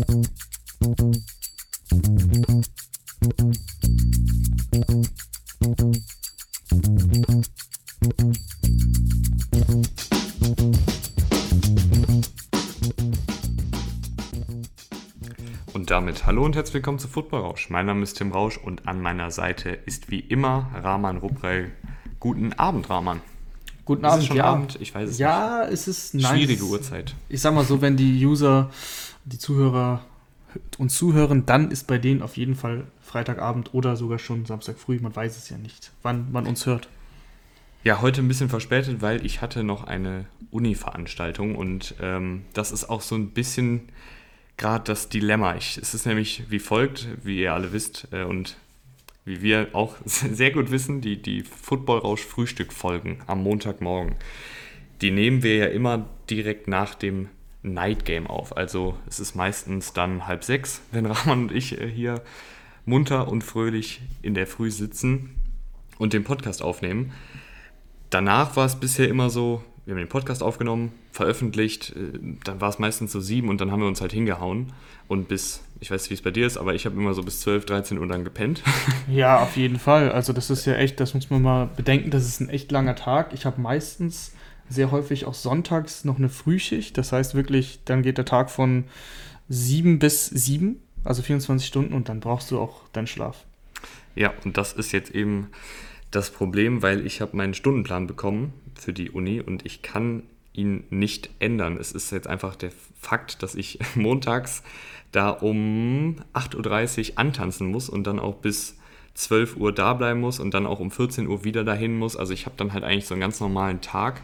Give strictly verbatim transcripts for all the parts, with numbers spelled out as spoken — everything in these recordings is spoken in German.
Und damit hallo und herzlich willkommen zu Football Rausch. Mein Name ist Tim Rausch und an meiner Seite ist wie immer Rahman Ruprell. Guten Abend, Rahman. Guten ist Abend, es schon ja. Abend? Ich weiß es ja, nicht. es ist nein, schwierige es, Uhrzeit. Ich sag mal so, wenn die User, die Zuhörer uns zuhören, dann ist bei denen auf jeden Fall Freitagabend oder sogar schon Samstag früh. Man weiß es ja nicht, wann man uns hört. Ja, heute ein bisschen verspätet, weil ich hatte noch eine Uni-Veranstaltung und ähm, das ist auch so ein bisschen gerade das Dilemma. Ich, es ist nämlich wie folgt, wie ihr alle wisst äh, und wie wir auch sehr gut wissen, die, die Football-Rausch-Frühstück-Folgen am Montagmorgen, die nehmen wir ja immer direkt nach dem Night Game auf. Also es ist meistens dann halb sechs, wenn Rahman und ich äh, hier munter und fröhlich in der Früh sitzen und den Podcast aufnehmen. Danach war es bisher immer so, wir haben den Podcast aufgenommen, veröffentlicht, dann war es meistens so sieben und dann haben wir uns halt hingehauen und bis, ich weiß nicht, wie es bei dir ist, aber ich habe immer so bis zwölf, dreizehn Uhr dann gepennt. Ja, auf jeden Fall. Also das ist ja echt, das muss man mal bedenken, das ist ein echt langer Tag. Ich habe meistens sehr häufig auch sonntags noch eine Frühschicht, das heißt wirklich, dann geht der Tag von sieben bis sieben, also vierundzwanzig Stunden und dann brauchst du auch deinen Schlaf. Ja, und das ist jetzt eben das Problem, weil ich habe meinen Stundenplan bekommen für die Uni und ich kann ihn nicht ändern. Es ist jetzt einfach der Fakt, dass ich montags da um acht Uhr dreißig antanzen muss und dann auch bis zwölf Uhr da bleiben muss und dann auch um vierzehn Uhr wieder dahin muss. Also ich habe dann halt eigentlich so einen ganz normalen Tag.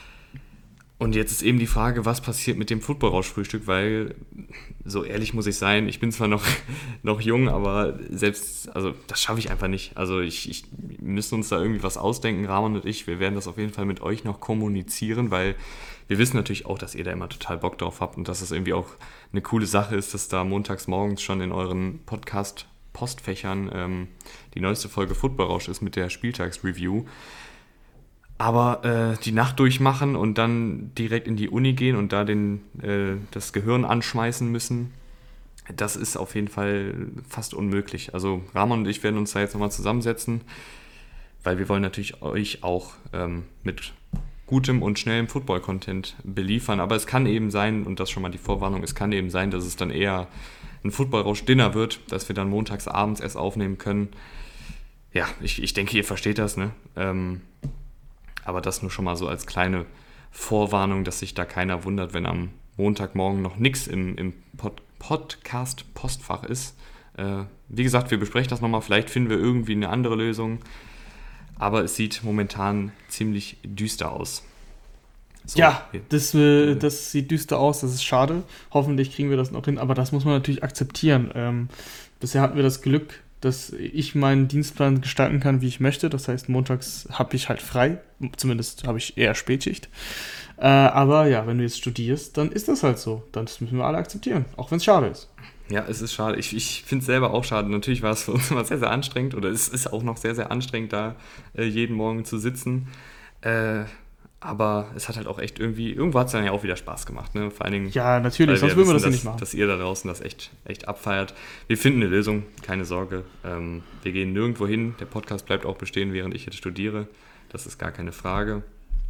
Und jetzt ist eben die Frage, was passiert mit dem Football-Rausch-Frühstück, weil, so ehrlich muss ich sein, ich bin zwar noch, noch jung, aber selbst, also das schaffe ich einfach nicht. Also ich, ich wir müssen uns da irgendwie was ausdenken, Rahman und ich, wir werden das auf jeden Fall mit euch noch kommunizieren, weil wir wissen natürlich auch, dass ihr da immer total Bock drauf habt und dass das irgendwie auch eine coole Sache ist, dass da montags morgens schon in euren Podcast-Postfächern ähm, die neueste Folge Football-Rausch ist mit der Spieltagsreview. Aber äh, die Nacht durchmachen und dann direkt in die Uni gehen und da den, äh, das Gehirn anschmeißen müssen, das ist auf jeden Fall fast unmöglich. Also Rahman und ich werden uns da jetzt nochmal zusammensetzen, weil wir wollen natürlich euch auch ähm, mit gutem und schnellem Football-Content beliefern. Aber es kann eben sein, und das schon mal die Vorwarnung, es kann eben sein, dass es dann eher ein Football-Rausch-Dinner wird, dass wir dann montags abends erst aufnehmen können. Ja, ich, ich denke, ihr versteht das, ne? Ähm, Aber das nur schon mal so als kleine Vorwarnung, dass sich da keiner wundert, wenn am Montagmorgen noch nichts im, im Pod- Podcast-Postfach ist. Äh, wie gesagt, wir besprechen das nochmal. Vielleicht finden wir irgendwie eine andere Lösung. Aber es sieht momentan ziemlich düster aus. So, ja, das, äh, das sieht düster aus. Das ist schade. Hoffentlich kriegen wir das noch hin. Aber das muss man natürlich akzeptieren. Ähm, bisher hatten wir das Glück, dass ich meinen Dienstplan gestalten kann, wie ich möchte. Das heißt, montags habe ich halt frei. Zumindest habe ich eher Spätschicht. Äh, aber ja, wenn du jetzt studierst, dann ist das halt so. Das müssen wir alle akzeptieren, auch wenn es schade ist. Ja, es ist schade. Ich, ich finde es selber auch schade. Natürlich war es für uns immer sehr, sehr anstrengend. Oder es ist auch noch sehr, sehr anstrengend, da äh, jeden Morgen zu sitzen. Äh, aber es hat halt auch echt irgendwie, irgendwo hat es dann ja auch wieder Spaß gemacht. Ne? Vor allen Dingen, ja, natürlich, sonst würden wir das ja nicht machen. Dass ihr da draußen das echt, echt abfeiert. Wir finden eine Lösung, keine Sorge. Ähm, wir gehen nirgendwo hin. Der Podcast bleibt auch bestehen, während ich jetzt studiere. Das ist gar keine Frage.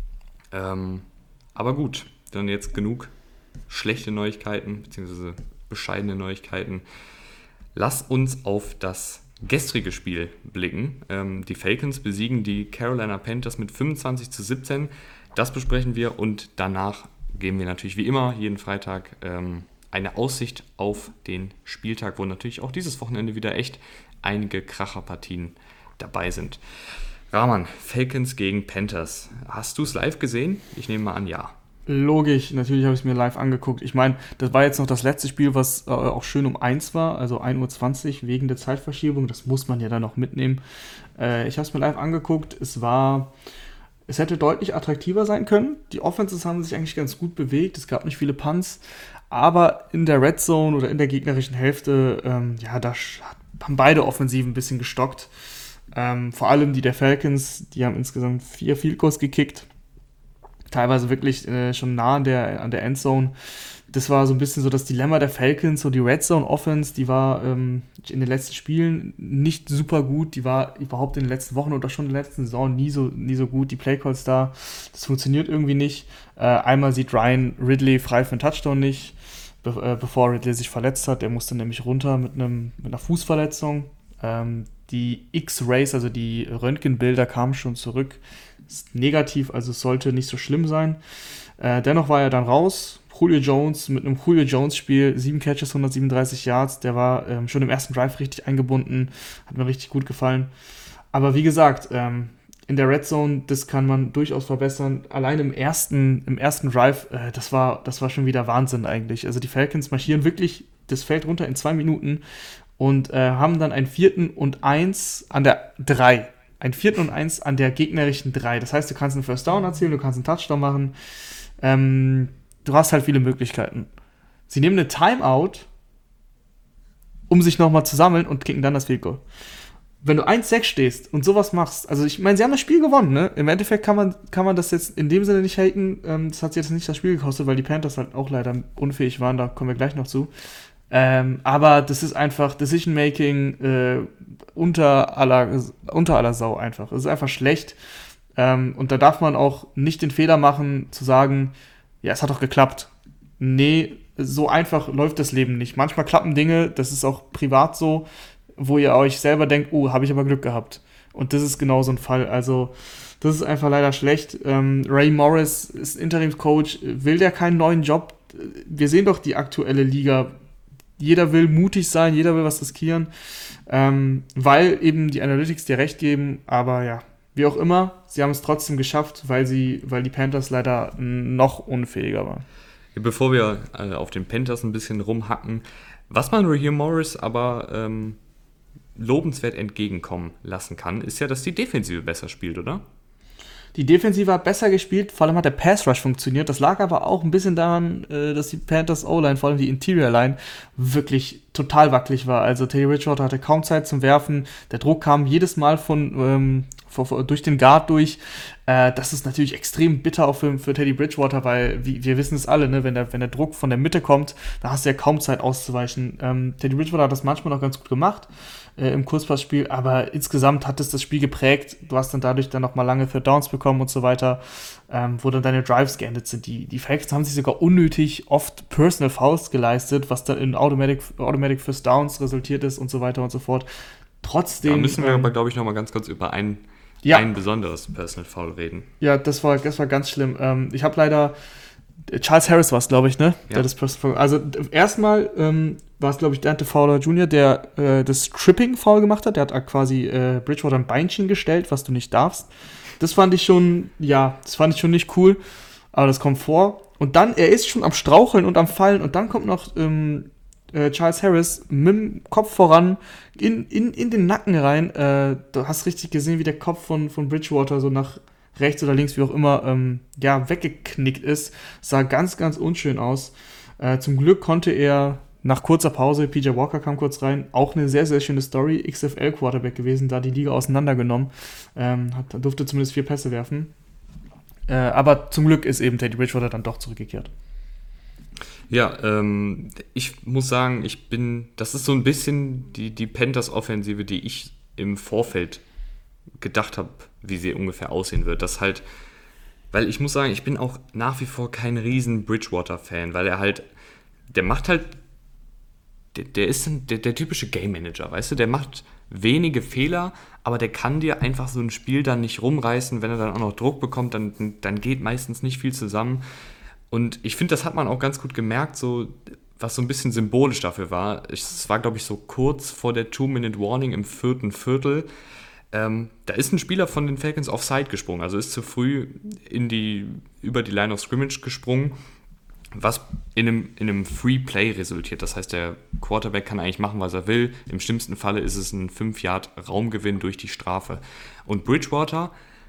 Ähm, aber gut, dann jetzt genug schlechte Neuigkeiten, beziehungsweise bescheidene Neuigkeiten. Lass uns auf das gestrige Spiel blicken. Ähm, die Falcons besiegen die Carolina Panthers mit fünfundzwanzig zu siebzehn. Das besprechen wir und danach geben wir natürlich wie immer jeden Freitag ähm, eine Aussicht auf den Spieltag, wo natürlich auch dieses Wochenende wieder echt einige Kracherpartien dabei sind. Rahman, Falcons gegen Panthers. Hast du es live gesehen? Ich nehme mal an, ja. Logisch, natürlich habe ich es mir live angeguckt. Ich meine, das war jetzt noch das letzte Spiel, was äh, auch schön um eins war, also ein Uhr zwanzig wegen der Zeitverschiebung. Das muss man ja dann noch mitnehmen. Äh, ich habe es mir live angeguckt. Es war, es hätte deutlich attraktiver sein können. Die Offenses haben sich eigentlich ganz gut bewegt. Es gab nicht viele Punts. Aber in der Red Zone oder in der gegnerischen Hälfte, ähm, ja, da haben beide Offensiven ein bisschen gestockt. Ähm, vor allem die der Falcons, die haben insgesamt vier Field Goals gekickt. Teilweise wirklich äh, schon nah an der, an der Endzone. das war so ein bisschen so das Dilemma der Falcons, so die Red Zone Offense, die war ähm, in den letzten Spielen nicht super gut, die war überhaupt in den letzten Wochen oder schon in der letzten Saison nie so, nie so gut, die Playcalls da, das funktioniert irgendwie nicht. Äh, einmal sieht Ryan Ridley frei für einen Touchdown nicht, be- äh, bevor Ridley sich verletzt hat, der musste nämlich runter mit, einem, mit einer Fußverletzung. Ähm, die X-Rays, also die Röntgenbilder kamen schon zurück, ist negativ, also es sollte nicht so schlimm sein. Äh, dennoch war er dann raus. Julio Jones mit einem Julio Jones-Spiel, sieben Catches, hundertsiebenunddreißig Yards, der war ähm, schon im ersten Drive richtig eingebunden, hat mir richtig gut gefallen. Aber wie gesagt, ähm, in der Red Zone, das kann man durchaus verbessern. Allein im ersten, im ersten Drive, äh, das war, das war schon wieder Wahnsinn eigentlich. Also die Falcons marschieren wirklich das Feld runter in zwei Minuten und äh, haben dann einen vierten und eins an der drei. Ein vierten und eins an der gegnerischen drei. Das heißt, du kannst einen First Down erzielen, du kannst einen Touchdown machen. Ähm, du hast halt viele Möglichkeiten. Sie nehmen eine Timeout, um sich nochmal zu sammeln und kicken dann das Field Goal. Wenn du eins sechs stehst und sowas machst, also ich meine, sie haben das Spiel gewonnen, ne? Im Endeffekt kann man, kann man das jetzt in dem Sinne nicht haten. Ähm, das hat sie jetzt nicht das Spiel gekostet, weil die Panthers halt auch leider unfähig waren, da kommen wir gleich noch zu. Ähm, aber das ist einfach Decision-Making äh, unter aller, unter aller Sau einfach. Es ist einfach schlecht. Ähm, und da darf man auch nicht den Fehler machen, zu sagen, ja, es hat doch geklappt. Nee, so einfach läuft das Leben nicht. Manchmal klappen Dinge, das ist auch privat so, wo ihr euch selber denkt, oh, habe ich aber Glück gehabt. Und das ist genau so ein Fall. Also, das ist einfach leider schlecht. Ähm, Ray Morris ist Interimscoach. Will der keinen neuen Job? Wir sehen doch die aktuelle Liga. Jeder will mutig sein, jeder will was riskieren, ähm, weil eben die Analytics dir recht geben. Aber ja, wie auch immer, sie haben es trotzdem geschafft, weil sie, weil die Panthers leider noch unfähiger waren. Bevor wir äh, auf den Panthers ein bisschen rumhacken, was man Raheem Morris aber ähm, lobenswert entgegenkommen lassen kann, ist ja, dass die Defensive besser spielt, oder? Die Defensive hat besser gespielt, vor allem hat der Pass Rush funktioniert. Das lag aber auch ein bisschen daran, dass die Panthers O-Line, vor allem die Interior Line, wirklich total wackelig war. Also Teddy Bridgewater hatte kaum Zeit zum Werfen. Der Druck kam jedes Mal von ähm, vor, vor, durch den Guard durch. Äh, das ist natürlich extrem bitter auch für, für Teddy Bridgewater, weil wie, wir wissen es alle, ne, wenn der, wenn der Druck von der Mitte kommt, da hast du ja kaum Zeit auszuweichen. Ähm, Teddy Bridgewater hat das manchmal noch ganz gut gemacht äh, im Kurzpassspiel, aber insgesamt hat es das Spiel geprägt. Du hast dann dadurch dann nochmal lange Third Downs bekommen und so weiter, ähm, wo dann deine Drives geendet sind. Die, die Falcons haben sich sogar unnötig oft Personal Fouls geleistet, was dann in Automatic, Automatic First Downs resultiert ist und so weiter und so fort. Trotzdem. Da müssen wir ähm, aber, glaube ich, nochmal ganz kurz über ein, ja. ein besonderes Personal Foul reden. Ja, das war, das war ganz schlimm. Ähm, ich habe leider Charles Harris war es, glaube ich, ne? Ja. Der das Personal Foul. Also erstmal ähm, war es, glaube ich, Dante Fowler Junior, der äh, das Tripping-Foul gemacht hat. Der hat quasi äh, Bridgewater ein Beinchen gestellt, was du nicht darfst. Das fand ich schon, ja, das fand ich schon nicht cool. Aber das kommt vor. Und dann, er ist schon am Straucheln und am Fallen. Und dann kommt noch ähm, äh, Charles Harris mit dem Kopf voran in, in, in den Nacken rein. Äh, du hast richtig gesehen, wie der Kopf von, von Bridgewater so nach rechts oder links, wie auch immer, ähm, ja, weggeknickt ist. Sah ganz, ganz unschön aus. Äh, zum Glück konnte er nach kurzer Pause, P J Walker kam kurz rein, auch eine sehr, sehr schöne Story, X F L-Quarterback gewesen, da die Liga auseinandergenommen, ähm, hat, durfte zumindest vier Pässe werfen. Äh, aber zum Glück ist eben Teddy Bridgewater dann doch zurückgekehrt. Ja, ähm, ich muss sagen, ich bin, das ist so ein bisschen die, die Panthers-Offensive, die ich im Vorfeld gedacht habe, wie sie ungefähr aussehen wird. Das halt, weil ich muss sagen, ich bin auch nach wie vor kein riesen Bridgewater-Fan, weil er halt, der macht halt, der, der ist ein, der, der typische Game Manager, weißt du, der macht wenige Fehler, aber der kann dir einfach so ein Spiel dann nicht rumreißen, wenn er dann auch noch Druck bekommt, dann, dann geht meistens nicht viel zusammen. Und ich finde, das hat man auch ganz gut gemerkt, so, was so ein bisschen symbolisch dafür war. Es war, glaube ich, so kurz vor der Two-Minute-Warning im vierten Viertel. Ähm, da ist ein Spieler von den Falcons offside gesprungen, also ist zu früh in die, über die Line of Scrimmage gesprungen, was in einem, in einem Free Play resultiert. Das heißt, der Quarterback kann eigentlich machen, was er will. Im schlimmsten Falle ist es ein fünf Yard Raumgewinn durch die Strafe. Und Bridgewater,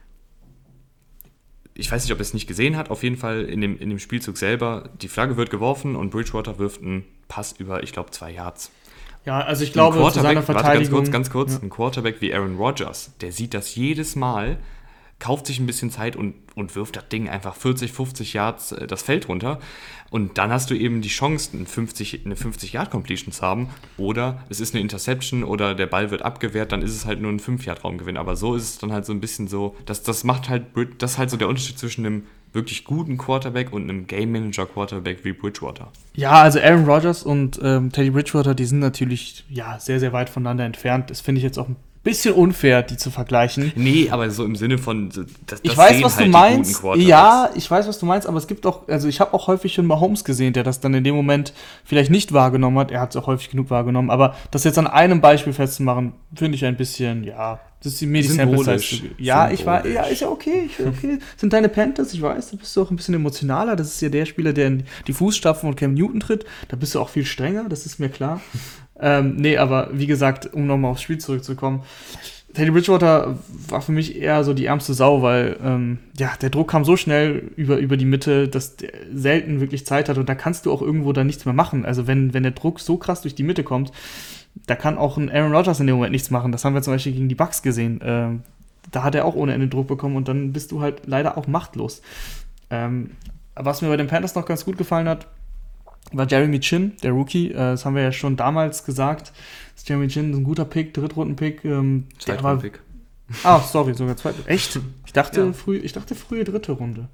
ich weiß nicht, ob er es nicht gesehen hat, auf jeden Fall in dem, in dem Spielzug selber, die Flagge wird geworfen und Bridgewater wirft einen Pass über, ich glaube, zwei Yards. Ja, also ich glaube, zu seiner Verteidigung... Warte, ganz kurz, ganz kurz. Ja. Ein Quarterback wie Aaron Rodgers, der sieht das jedes Mal, kauft sich ein bisschen Zeit und, und wirft das Ding einfach vierzig, fünfzig Yards äh, das Feld runter. Und dann hast du eben die Chance, eine fünfzig-Yard-Completion zu haben. Oder es ist eine Interception oder der Ball wird abgewehrt, dann ist es halt nur ein fünf-Yard-Raumgewinn. Aber so ist es dann halt so ein bisschen so, das, das macht halt, das ist halt so der Unterschied zwischen einem wirklich guten Quarterback und einem Game-Manager-Quarterback wie Bridgewater. Ja, also Aaron Rodgers und ähm, Teddy Bridgewater, die sind natürlich ja, sehr, sehr weit voneinander entfernt. Das finde ich jetzt auch ein bisschen unfair, die zu vergleichen. Nee, aber so im Sinne von, das, das ich weiß, was halt du meinst. Ja, ich weiß, was du meinst, aber es gibt auch, also ich habe auch häufig schon Mahomes gesehen, der das dann in dem Moment vielleicht nicht wahrgenommen hat. Er hat es auch häufig genug wahrgenommen, aber das jetzt an einem Beispiel festzumachen, finde ich ein bisschen, ja, das ist die Symbolisch. Ja, ich war, ja, ist ja okay, ich, okay. Sind deine Panthers, ich weiß, da bist du auch ein bisschen emotionaler. Das ist ja der Spieler, der in die Fußstapfen von Cam Newton tritt. Da bist du auch viel strenger, das ist mir klar. ähm, nee, aber wie gesagt, um nochmal aufs Spiel zurückzukommen, Teddy Bridgewater war für mich eher so die ärmste Sau, weil ähm, ja, der Druck kam so schnell über, über die Mitte, dass der selten wirklich Zeit hat und da kannst du auch irgendwo dann nichts mehr machen. Also wenn, wenn der Druck so krass durch die Mitte kommt, da kann auch ein Aaron Rodgers in dem Moment nichts machen. Das haben wir zum Beispiel gegen die Bucks gesehen. Ähm, da hat er auch ohne Ende Druck bekommen und dann bist du halt leider auch machtlos. Ähm, was mir bei den Panthers noch ganz gut gefallen hat, war Jeremy Chin, der Rookie. Äh, das haben wir ja schon damals gesagt. Das Jeremy Chin ist ein guter Pick, Drittrunden-Pick. Ähm, Zweitrunden-Pick. Ah, sorry, sogar zwei. Echt? Ich dachte, ja. früh, ich dachte frühe dritte Runde.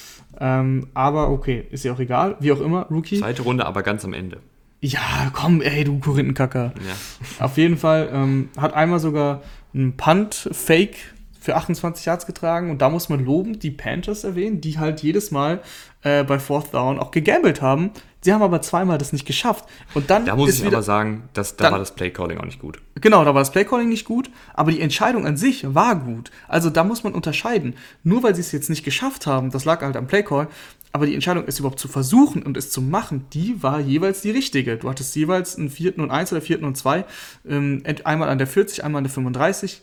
Ähm, aber okay, ist ja auch egal. Wie auch immer, Rookie. Zweite Runde, aber ganz am Ende. Ja, komm, ey, du Korinthenkacker. Ja. Auf jeden Fall ähm, hat einmal sogar ein Punt-Fake für achtundzwanzig Yards getragen und da muss man lobend die Panthers erwähnen, die halt jedes Mal äh, bei Fourth Down auch gegambelt haben. Sie haben aber zweimal das nicht geschafft. Und dann da muss ist ich wieder, aber sagen, dass, da dann, war das Playcalling auch nicht gut. Genau, da war das Playcalling nicht gut, aber die Entscheidung an sich war gut. Also da muss man unterscheiden. Nur weil sie es jetzt nicht geschafft haben, das lag halt am Playcall, aber die Entscheidung, es überhaupt zu versuchen und es zu machen, die war jeweils die richtige. Du hattest jeweils einen vierten und eins oder vierten und zwei, ähm, einmal an der vierzig, einmal an der fünfunddreißig.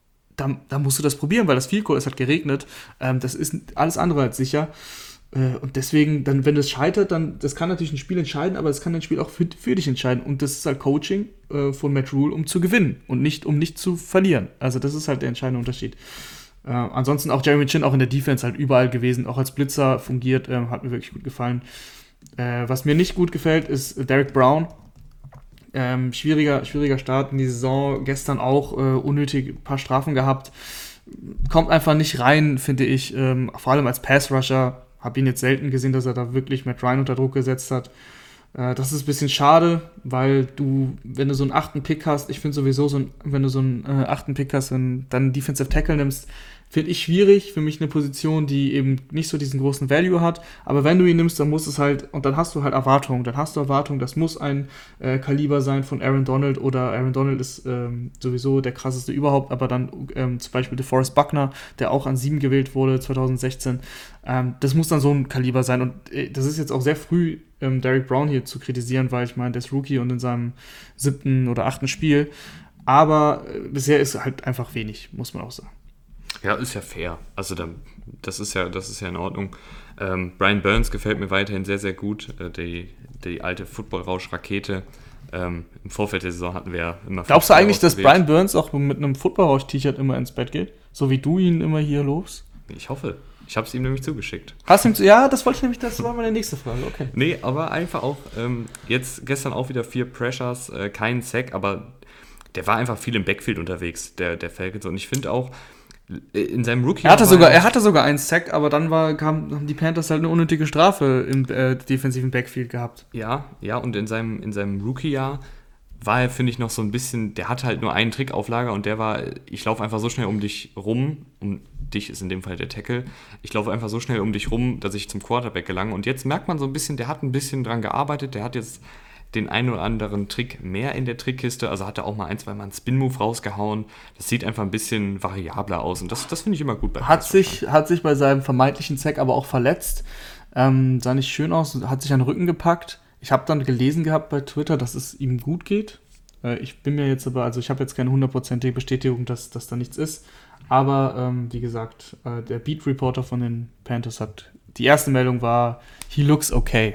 Da, da musst du das probieren, weil das Field Goal, es hat geregnet. Ähm, das ist alles andere als sicher. Äh, und deswegen, dann, wenn das scheitert, dann, das kann natürlich ein Spiel entscheiden, aber es kann ein Spiel auch für, für dich entscheiden. Und das ist halt Coaching äh, von Matt Rule, um zu gewinnen und nicht, um nicht zu verlieren. Also das ist halt der entscheidende Unterschied. Äh, ansonsten auch Jeremy Chin auch in der Defense halt überall gewesen, auch als Blitzer fungiert, äh, hat mir wirklich gut gefallen. Äh, was mir nicht gut gefällt, ist Derek Brown. Ähm, schwieriger, schwieriger Start in die Saison, gestern auch äh, unnötig ein paar Strafen gehabt. Kommt einfach nicht rein, finde ich, ähm, vor allem als Pass-Rusher. Habe ihn jetzt selten gesehen, dass er da wirklich Matt Ryan unter Druck gesetzt hat. Äh, das ist ein bisschen schade, weil du, wenn du so einen achten Pick hast, ich finde sowieso, so ein, wenn du so einen äh, achten Pick hast und dann einen Defensive Tackle nimmst, finde ich schwierig. Für mich eine Position, die eben nicht so diesen großen Value hat. Aber wenn du ihn nimmst, dann muss es halt, und dann hast du halt Erwartungen. Dann hast du Erwartungen, das muss ein äh, Kaliber sein von Aaron Donald oder Aaron Donald ist ähm, sowieso der krasseste überhaupt, aber dann ähm, zum Beispiel DeForest Buckner, der auch an sieben gewählt wurde zwanzig sechzehn. Ähm, das muss dann so ein Kaliber sein. Und äh, das ist jetzt auch sehr früh, ähm, Derek Brown hier zu kritisieren, weil ich meine, der ist Rookie und in seinem siebten oder achten Spiel. Aber äh, bisher ist halt einfach wenig, muss man auch sagen. Ja, ist ja fair. Also da, das ist ja, das ist ja in Ordnung. Ähm, Brian Burns gefällt mir weiterhin sehr, sehr gut. Äh, die, die alte Football-Rausch-Rakete. Ähm, Im Vorfeld der Saison hatten wir ja immer... Glaubst du eigentlich, dass Brian Burns auch mit einem Football-Rausch-T-Shirt immer ins Bett geht? So wie du ihn immer hier lobst? Ich hoffe. Ich habe es ihm nämlich zugeschickt. Hast du ihm zu, ja, das wollte ich nämlich, das war meine nächste Frage, okay. Nee, aber einfach auch, ähm, jetzt gestern auch wieder vier Pressures, äh, kein Sack, aber der war einfach viel im Backfield unterwegs, der, der Falcons. Und ich finde auch, in seinem Rookie... Er hatte sogar, er hatte sogar einen Sack, aber dann war, kam, haben die Panthers halt eine unnötige Strafe im äh, defensiven Backfield gehabt. Ja, ja, und in seinem, in seinem Rookie-Jahr war er, finde ich, noch so ein bisschen, der hatte halt nur einen Trick auf Lager und der war, ich laufe einfach so schnell um dich rum, um dich ist in dem Fall der Tackle, ich laufe einfach so schnell um dich rum, dass ich zum Quarterback gelange. Und jetzt merkt man so ein bisschen, der hat ein bisschen dran gearbeitet, der hat jetzt den einen oder anderen Trick mehr in der Trickkiste, also hat er auch mal ein, zwei Mal einen Spin-Move rausgehauen. Das sieht einfach ein bisschen variabler aus und das, das finde ich immer gut bei Hat sich, hat sich bei seinem vermeintlichen Sack aber auch verletzt, ähm, sah nicht schön aus, hat sich an den Rücken gepackt. Ich habe dann gelesen gehabt bei Twitter, dass es ihm gut geht. Äh, ich bin mir jetzt aber, also ich habe jetzt keine hundertprozentige Bestätigung, dass, dass da nichts ist. Aber ähm, wie gesagt, äh, der Beat-Reporter von den Panthers hat, die erste Meldung war, he looks okay.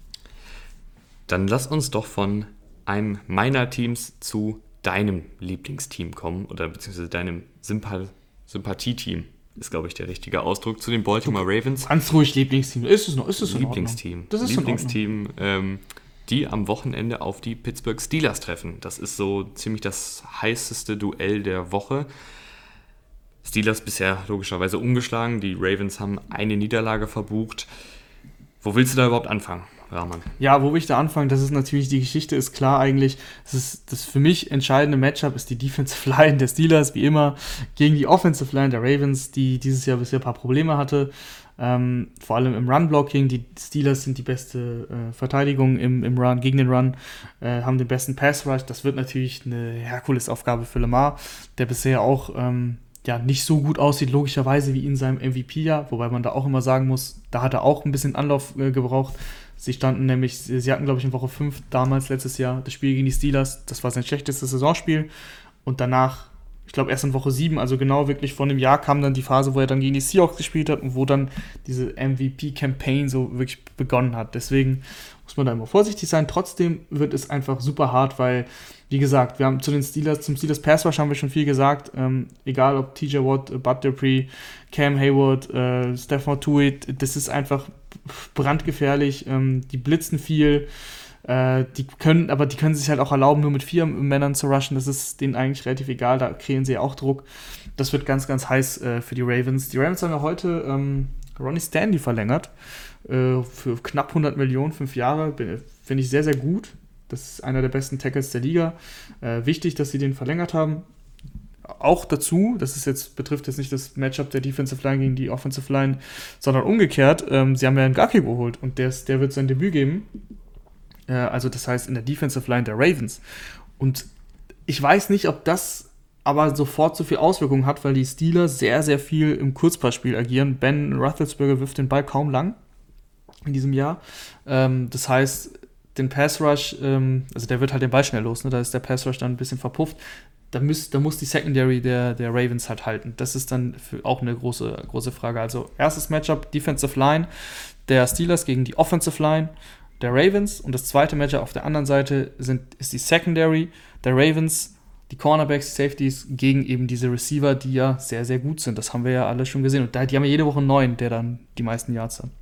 Dann lass uns doch von einem meiner Teams zu deinem Lieblingsteam kommen oder beziehungsweise deinem Sympath- Sympathie-Team. ist, glaube ich, der richtige Ausdruck, zu den Baltimore Ravens. Ganz ruhig Lieblingsteam. Ist es noch? Ist es in Lieblingsteam. Das ist Lieblingsteam, ähm, die am Wochenende auf die Pittsburgh Steelers treffen. Das ist so ziemlich das heißeste Duell der Woche. Steelers bisher logischerweise ungeschlagen. Die Ravens haben eine Niederlage verbucht. Wo willst du da überhaupt anfangen, Rahman? Ja, wo will ich da anfangen? Das ist natürlich, die Geschichte ist klar eigentlich. Das ist das für mich entscheidende Matchup ist die Defensive Line der Steelers, wie immer, gegen die Offensive Line der Ravens, die dieses Jahr bisher ein paar Probleme hatte. Ähm, vor allem im Run-Blocking. Die Steelers sind die beste äh, Verteidigung im, im Run, gegen den Run, äh, haben den besten Pass-Rush. Das wird natürlich eine Herkulesaufgabe für Lamar, der bisher auch ähm, ja, nicht so gut aussieht, logischerweise, wie in seinem M V P-Jahr, wobei man da auch immer sagen muss, da hat er auch ein bisschen Anlauf äh, gebraucht. Sie standen nämlich, sie hatten, glaube ich, in Woche fünf damals, letztes Jahr, das Spiel gegen die Steelers, das war sein schlechtestes Saisonspiel und danach, ich glaube, erst in Woche sieben, also genau wirklich vor einem Jahr, kam dann die Phase, wo er dann gegen die Seahawks gespielt hat und wo dann diese M V P-Campaign so wirklich begonnen hat. Deswegen muss man da immer vorsichtig sein. Trotzdem wird es einfach super hart, weil, wie gesagt, wir haben zu den Steelers, zum Steelers Pass Rush haben wir schon viel gesagt. Ähm, egal ob T J Watt, Bud Dupree, Cam Hayward, äh, Stephon Tuitt, das ist einfach brandgefährlich. Ähm, die blitzen viel. Äh, die können, aber die können sich halt auch erlauben, nur mit vier Männern zu rushen. Das ist denen eigentlich relativ egal. Da kreieren sie ja auch Druck. Das wird ganz, ganz heiß äh, für die Ravens. Die Ravens haben ja heute ähm, Ronnie Stanley verlängert. Für knapp hundert Millionen, fünf Jahre, finde ich sehr, sehr gut. Das ist einer der besten Tackles der Liga. Äh, wichtig, dass sie den verlängert haben. Auch dazu, das ist jetzt, betrifft jetzt nicht das Matchup der Defensive Line gegen die Offensive Line, sondern umgekehrt. Ähm, sie haben ja einen Gaki geholt und der, der wird sein Debüt geben. Äh, also das heißt in der Defensive Line der Ravens. Und ich weiß nicht, ob das aber sofort so viel Auswirkungen hat, weil die Steelers sehr, sehr viel im Kurzpassspiel agieren. Ben Roethlisberger wirft den Ball kaum lang in diesem Jahr. Ähm, das heißt, den Pass Rush, ähm, also der wird halt den Ball schnell los, ne? Da ist der Pass Rush dann ein bisschen verpufft. Da, müß, da muss die Secondary der, der Ravens halt halten. Das ist dann für auch eine große, große Frage. Also erstes Matchup, Defensive Line der Steelers gegen die Offensive Line der Ravens. Und das zweite Matchup auf der anderen Seite sind, ist die Secondary der Ravens, die Cornerbacks, die Safeties gegen eben diese Receiver, die ja sehr, sehr gut sind. Das haben wir ja alle schon gesehen. Und da, die haben ja jede Woche einen neuen, der dann die meisten Yards hat.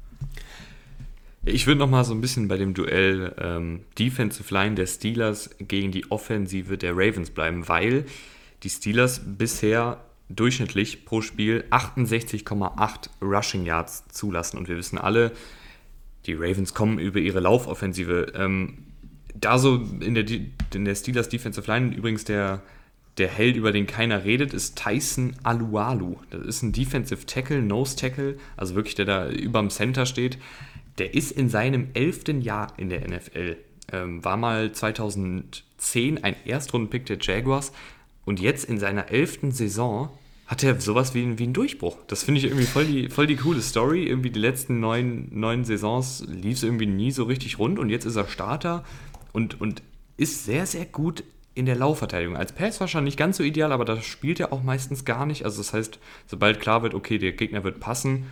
Ich würde noch mal so ein bisschen bei dem Duell ähm, Defensive Line der Steelers gegen die Offensive der Ravens bleiben, weil die Steelers bisher durchschnittlich pro Spiel achtundsechzig Komma acht Rushing Yards zulassen. Und wir wissen alle, die Ravens kommen über ihre Laufoffensive. Ähm, da so in der, in der Steelers Defensive Line übrigens der, der Held, über den keiner redet, ist Tyson Alualu. Das ist ein Defensive Tackle, Nose Tackle, also wirklich der da überm Center steht. Der ist in seinem elften Jahr in der N F L. Ähm, war mal zweitausendzehn ein Erstrundenpick der Jaguars und jetzt in seiner elften Saison hat er sowas wie, wie einen Durchbruch. Das finde ich irgendwie voll die, voll die coole Story. Irgendwie die letzten neun, neun Saisons lief es irgendwie nie so richtig rund und jetzt ist er Starter und, und ist sehr, sehr gut in der Laufverteidigung. Als Passrusher nicht ganz so ideal, aber das spielt er auch meistens gar nicht. Also das heißt, sobald klar wird, okay, der Gegner wird passen,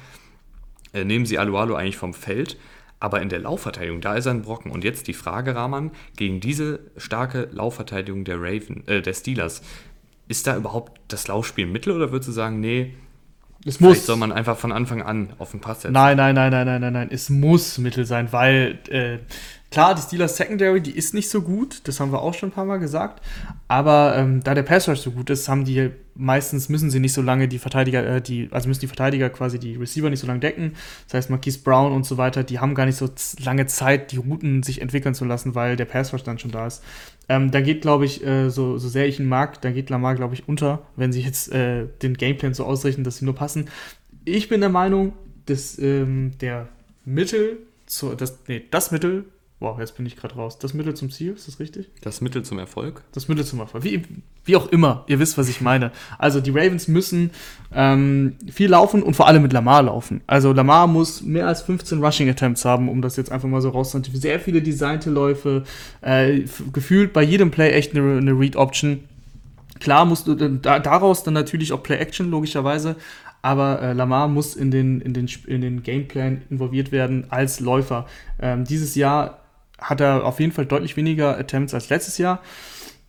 äh, nehmen sie Alualu eigentlich vom Feld. Aber in der Laufverteidigung, da ist er ein Brocken. Und jetzt die Frage, Rahman, gegen diese starke Laufverteidigung der Raven, äh, der Steelers, ist da überhaupt das Laufspiel ein Mittel oder würdest du sagen, nee, es vielleicht muss. soll man einfach von Anfang an auf den Pass setzen? Nein, nein, nein, nein, nein, nein, nein. Es muss Mittel sein, weil äh, klar, die Steelers Secondary, die ist nicht so gut, das haben wir auch schon ein paar Mal gesagt, aber ähm, da der Pass Rush so gut ist, haben die meistens, müssen sie nicht so lange die Verteidiger, äh, die, also müssen die Verteidiger quasi die Receiver nicht so lange decken, das heißt Marquise Brown und so weiter, die haben gar nicht so z- lange Zeit, die Routen sich entwickeln zu lassen, weil der Pass Rush dann schon da ist. Ähm, da geht, glaube ich, äh, so, so sehr ich ihn mag, da geht Lamar, glaube ich, unter, wenn sie jetzt äh, den Gameplan so ausrichten, dass sie nur passen. Ich bin der Meinung, dass ähm, der Mittel, zu, das, nee, das Mittel, wow, jetzt bin ich gerade raus, das Mittel zum Ziel, ist das richtig? Das Mittel zum Erfolg? Das Mittel zum Erfolg, wie, wie auch immer, ihr wisst, was ich meine. Also die Ravens müssen ähm, viel laufen und vor allem mit Lamar laufen. Also Lamar muss mehr als fünfzehn Rushing Attempts haben, um das jetzt einfach mal so rauszunehmen. Sehr viele designte Läufe, äh, f- gefühlt bei jedem Play echt eine, eine Read-Option. Klar musst du da, daraus dann natürlich auch Play-Action, logischerweise, aber äh, Lamar muss in den, in, den, in den Gameplan involviert werden als Läufer. Ähm, dieses Jahr hat er auf jeden Fall deutlich weniger Attempts als letztes Jahr.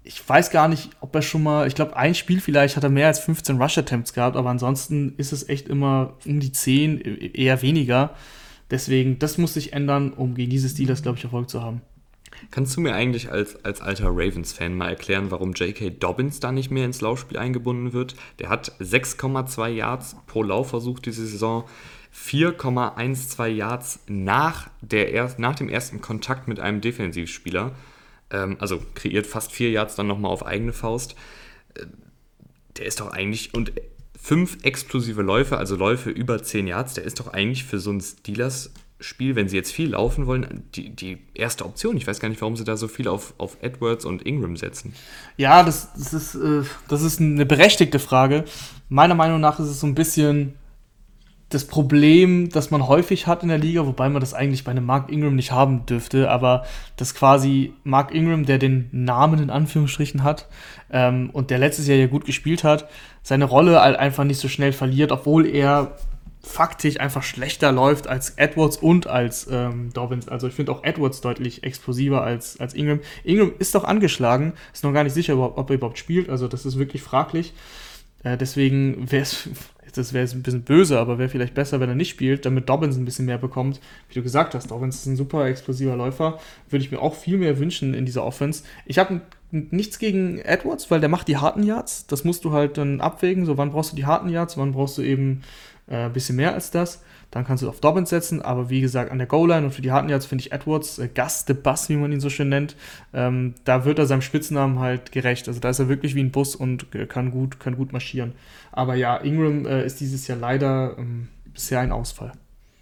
ich weiß gar nicht, ob er schon mal, ich glaube, ein Spiel vielleicht hat er mehr als fünfzehn Rush-Attempts gehabt, aber ansonsten ist es echt immer um die zehn, eher weniger. Deswegen, das muss sich ändern, um gegen diese Steelers, glaube ich, Erfolg zu haben. Kannst du mir eigentlich als, als alter Ravens-Fan mal erklären, warum J K. Dobbins da nicht mehr ins Laufspiel eingebunden wird? Der hat sechs Komma zwei Yards pro Laufversuch diese Saison, vier Komma zwölf Yards nach, der er, nach dem ersten Kontakt mit einem Defensivspieler. Ähm, also kreiert fast vier Yards dann nochmal auf eigene Faust. Äh, der ist doch eigentlich... und fünf explosive Läufe, also Läufe über zehn Yards, der ist doch eigentlich für so ein Steelers-Spiel, wenn sie jetzt viel laufen wollen, die, die erste Option. Ich weiß gar nicht, warum sie da so viel auf, auf Edwards und Ingram setzen. Ja, das, das, ist, äh, das ist eine berechtigte Frage. Meiner Meinung nach ist es so ein bisschen das Problem, das man häufig hat in der Liga, wobei man das eigentlich bei einem Mark Ingram nicht haben dürfte, aber dass quasi Mark Ingram, der den Namen in Anführungsstrichen hat ähm, und der letztes Jahr ja gut gespielt hat, seine Rolle halt einfach nicht so schnell verliert, obwohl er faktisch einfach schlechter läuft als Edwards und als ähm, Dobbins. Also ich finde auch Edwards deutlich explosiver als, als Ingram. Ingram ist doch angeschlagen, ist noch gar nicht sicher, ob er überhaupt spielt, also das ist wirklich fraglich. Äh, deswegen wäre es, das wäre jetzt ein bisschen böse, aber wäre vielleicht besser, wenn er nicht spielt, damit Dobbins ein bisschen mehr bekommt. Wie du gesagt hast, Dobbins ist ein super explosiver Läufer, würde ich mir auch viel mehr wünschen in dieser Offense. Ich habe nichts gegen Edwards, weil der macht die harten Yards, das musst du halt dann abwägen, so wann brauchst du die harten Yards, wann brauchst du eben äh, ein bisschen mehr als das. Dann kannst du auf Dobbins setzen, aber wie gesagt, an der Goal-Line und für die harten Yards finde ich Edwards, äh, Gus the Bus, wie man ihn so schön nennt, ähm, da wird er seinem Spitznamen halt gerecht. Also da ist er wirklich wie ein Bus und äh, kann gut, kann gut marschieren. Aber ja, Ingram äh, ist dieses Jahr leider ähm, bisher ein Ausfall.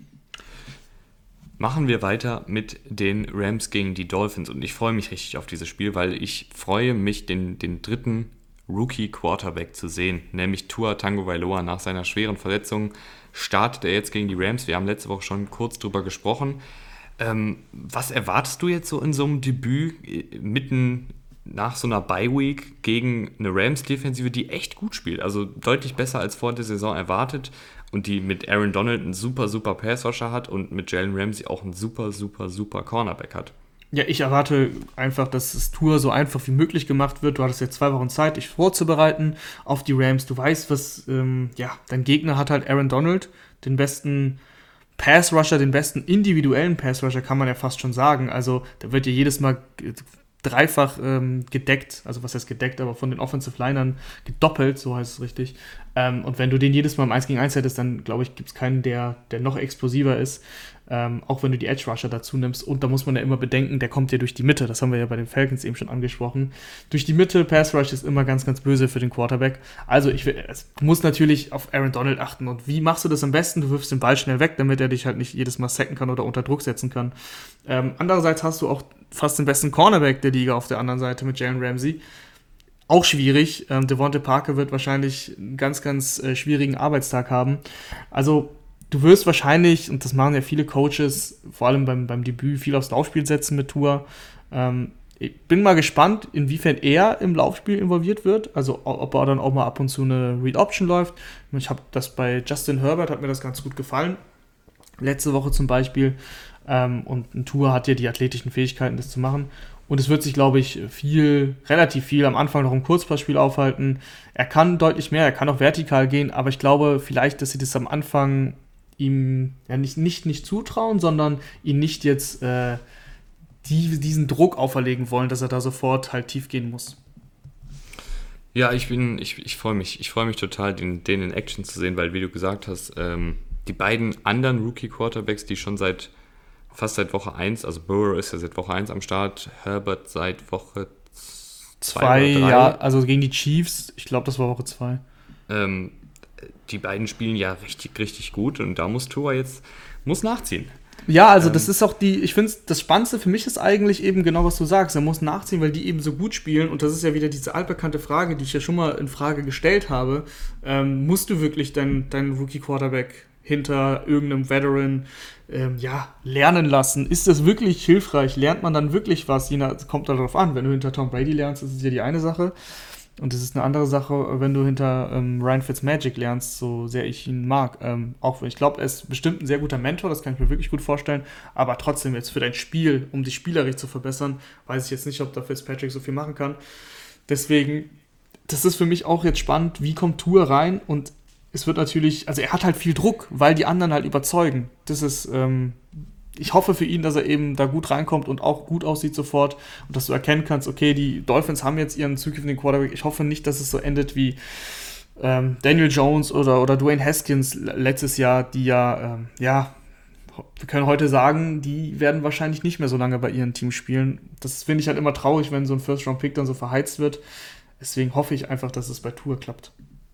Machen wir weiter mit den Rams gegen die Dolphins und ich freue mich richtig auf dieses Spiel, weil ich freue mich, den, den dritten Rookie-Quarterback zu sehen, nämlich Tua Tagovailoa. Nach seiner schweren Verletzung startet er jetzt gegen die Rams. Wir haben letzte Woche schon kurz drüber gesprochen. Ähm, was erwartest du jetzt so in so einem Debüt mitten nach so einer Bye-Week gegen eine Rams-Defensive, die echt gut spielt? Also deutlich besser als vor der Saison erwartet und die mit Aaron Donald einen super, super Pass-Rusher hat und mit Jalen Ramsey auch einen super, super, super Cornerback hat. Ja, ich erwarte einfach, dass das Tour so einfach wie möglich gemacht wird. Du hattest jetzt zwei Wochen Zeit, dich vorzubereiten auf die Rams. Du weißt, was, ähm, ja, dein Gegner hat halt Aaron Donald, den besten Pass-Rusher, den besten individuellen Pass-Rusher, kann man ja fast schon sagen. Also, da wird dir jedes Mal dreifach ähm, gedeckt, also was heißt gedeckt, aber von den Offensive Linern gedoppelt, so heißt es richtig. Ähm, und wenn du den jedes Mal im eins gegen eins hättest, dann glaube ich, gibt es keinen, der, der noch explosiver ist, ähm, auch wenn du die Edge Rusher dazu nimmst. Und da muss man ja immer bedenken, der kommt ja durch die Mitte, das haben wir ja bei den Falcons eben schon angesprochen. Durch die Mitte, Pass Rush ist immer ganz, ganz böse für den Quarterback. Also ich will, du musst natürlich auf Aaron Donald achten. Und wie machst du das am besten? Du wirfst den Ball schnell weg, damit er dich halt nicht jedes Mal sacken kann oder unter Druck setzen kann. Ähm, andererseits hast du auch fast den besten Cornerback der Liga auf der anderen Seite mit Jalen Ramsey. Auch schwierig. Ähm, Devontae Parker wird wahrscheinlich einen ganz, ganz äh, schwierigen Arbeitstag haben. Also du wirst wahrscheinlich, und das machen ja viele Coaches, vor allem beim, beim Debüt, viel aufs Laufspiel setzen mit Tua. Ähm, ich bin mal gespannt, inwiefern er im Laufspiel involviert wird. Also ob er dann auch mal ab und zu eine Read-Option läuft. Ich habe das bei Justin Herbert, hat mir das ganz gut gefallen. Letzte Woche zum Beispiel. Ähm, und ein Tua hat ja die athletischen Fähigkeiten, das zu machen. Und es wird sich, glaube ich, viel, relativ viel am Anfang noch im Kurzpassspiel aufhalten. Er kann deutlich mehr, er kann auch vertikal gehen, aber ich glaube vielleicht, dass sie das am Anfang ihm ja nicht, nicht, nicht zutrauen, sondern ihn nicht jetzt äh, die, diesen Druck auferlegen wollen, dass er da sofort halt tief gehen muss. Ja, ich bin, ich, ich freue mich, ich freue mich total, den, den in Action zu sehen, weil, wie du gesagt hast, ähm, die beiden anderen Rookie-Quarterbacks, die schon seit fast seit Woche eins, also Burrow ist ja seit Woche eins am Start, Herbert seit Woche zwei oder drei. Ja, also gegen die Chiefs, ich glaube, das war Woche zwei. Ähm, die beiden spielen ja richtig, richtig gut und da muss Tua jetzt muss nachziehen. Ja, also ähm, das ist auch die, ich finde, das Spannendste für mich ist eigentlich eben genau, was du sagst. Er muss nachziehen, weil die eben so gut spielen und das ist ja wieder diese altbekannte Frage, die ich ja schon mal in Frage gestellt habe. Ähm, musst du wirklich deinen dein Rookie-Quarterback hinter irgendeinem Veteran ähm, ja, lernen lassen? Ist das wirklich hilfreich? Lernt man dann wirklich was? Es kommt darauf an. Wenn du hinter Tom Brady lernst, ist es ja die eine Sache. Und es ist eine andere Sache, wenn du hinter ähm, Ryan Fitzmagic lernst, so sehr ich ihn mag. Ähm, auch ich glaube, er ist bestimmt ein sehr guter Mentor, das kann ich mir wirklich gut vorstellen. Aber trotzdem jetzt für dein Spiel, um dich spielerisch zu verbessern, weiß ich jetzt nicht, ob da Fitzpatrick so viel machen kann. Deswegen, das ist für mich auch jetzt spannend, wie kommt Tua rein und es wird natürlich, also er hat halt viel Druck, weil die anderen halt überzeugen. Das ist, ähm, ich hoffe für ihn, dass er eben da gut reinkommt und auch gut aussieht sofort und dass du erkennen kannst, okay, die Dolphins haben jetzt ihren zukünftigen Quarterback. Ich hoffe nicht, dass es so endet wie ähm, Daniel Jones oder, oder Dwayne Haskins letztes Jahr, die ja, ähm, ja, wir können heute sagen, die werden wahrscheinlich nicht mehr so lange bei ihren Teams spielen. Das finde ich halt immer traurig, wenn so ein First-Round-Pick dann so verheizt wird. Deswegen hoffe ich einfach, dass es bei Tua klappt.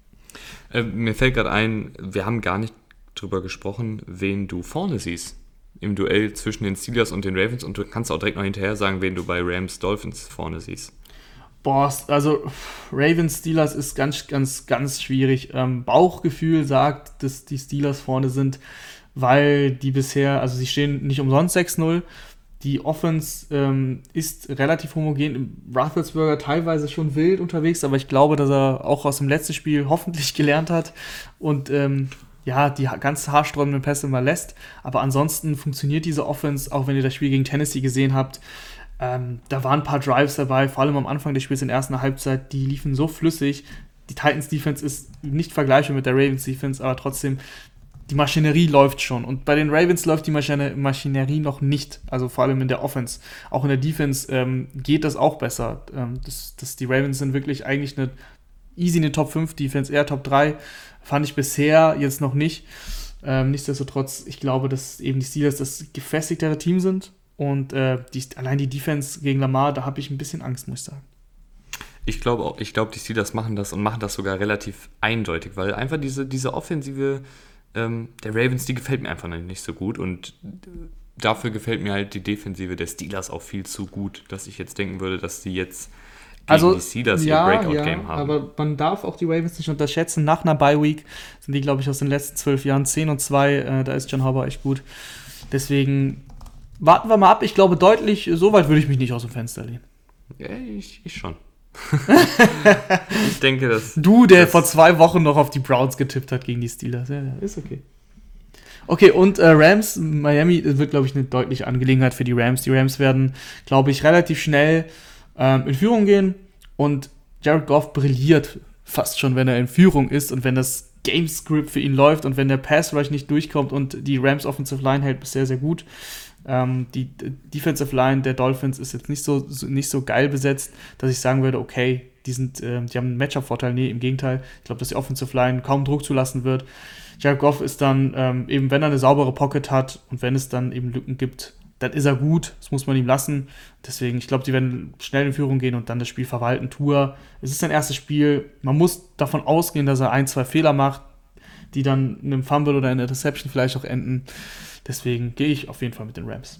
Äh, mir fällt gerade ein, wir haben gar nicht drüber gesprochen, wen du vorne siehst im Duell zwischen den Steelers und den Ravens und du kannst auch direkt noch hinterher sagen, wen du bei Rams Dolphins vorne siehst. Boah, also Ravens Steelers ist ganz, ganz, ganz schwierig. Ähm, Bauchgefühl sagt, dass die Steelers vorne sind, weil die bisher, also sie stehen nicht umsonst sechs null. Die Offense ähm, ist relativ homogen. Roethlisberger teilweise schon wild unterwegs, aber ich glaube, dass er auch aus dem letzten Spiel hoffentlich gelernt hat und ähm, ja, die ganz haarsträubenden Pässe mal lässt. Aber ansonsten funktioniert diese Offense, auch wenn ihr das Spiel gegen Tennessee gesehen habt. Ähm, da waren ein paar Drives dabei, vor allem am Anfang des Spiels in der ersten Halbzeit, die liefen so flüssig. Die Titans-Defense ist nicht vergleichbar mit der Ravens-Defense, aber trotzdem, die Maschinerie läuft schon. Und bei den Ravens läuft die Maschine- Maschinerie noch nicht, also vor allem in der Offense. Auch in der Defense ähm, geht das auch besser. Ähm, das, das, die Ravens sind wirklich eigentlich eine easy eine Top fünf Defense, eher Top drei. Fand ich bisher jetzt noch nicht. Ähm, nichtsdestotrotz, ich glaube, dass eben die Steelers das gefestigtere Team sind. Und äh, die, allein die Defense gegen Lamar, da habe ich ein bisschen Angst, muss ich sagen. Ich glaube auch, ich glaube, die Steelers machen das und machen das sogar relativ eindeutig, weil einfach diese, diese Offensive ähm, der Ravens, die gefällt mir einfach nicht so gut und dafür gefällt mir halt die Defensive der Steelers auch viel zu gut, dass ich jetzt denken würde, dass sie jetzt gegen also, die Steelers ja, ihr Breakout-Game ja, haben. Aber man darf auch die Ravens nicht unterschätzen. Nach einer Bye-Week sind die, glaube ich, aus den letzten zwölf Jahren zehn und zwei. Äh, da ist John Harbaugh echt gut. Deswegen warten wir mal ab. Ich glaube deutlich, so weit würde ich mich nicht aus dem Fenster lehnen. Ja, ich, ich schon. Ich denke, dass... Du, der das vor zwei Wochen noch auf die Browns getippt hat gegen die Steelers. Ja, ja, ist okay. Okay, und äh, Rams, Miami, das wird, glaube ich, eine deutliche Angelegenheit für die Rams. Die Rams werden, glaube ich, relativ schnell ähm, in Führung gehen und Jared Goff brilliert fast schon, wenn er in Führung ist und wenn das Gamescript für ihn läuft und wenn der Pass Rush nicht durchkommt und die Rams Offensive Line hält bisher sehr gut. Ähm, die Defensive Line der Dolphins ist jetzt nicht so, so, nicht so geil besetzt, dass ich sagen würde, okay, die, sind, äh, die haben einen Matchup-Vorteil. Nee, im Gegenteil. Ich glaube, dass die Offensive Line kaum Druck zulassen wird. Jared Goff ist dann, ähm, eben wenn er eine saubere Pocket hat und wenn es dann eben Lücken gibt, dann ist er gut. Das muss man ihm lassen. Deswegen, ich glaube, die werden schnell in Führung gehen und dann das Spiel verwalten. Tour, es ist sein erstes Spiel. Man muss davon ausgehen, dass er ein, zwei Fehler macht, die dann in einem Fumble oder in einer Interception vielleicht auch enden. Deswegen gehe ich auf jeden Fall mit den Rams.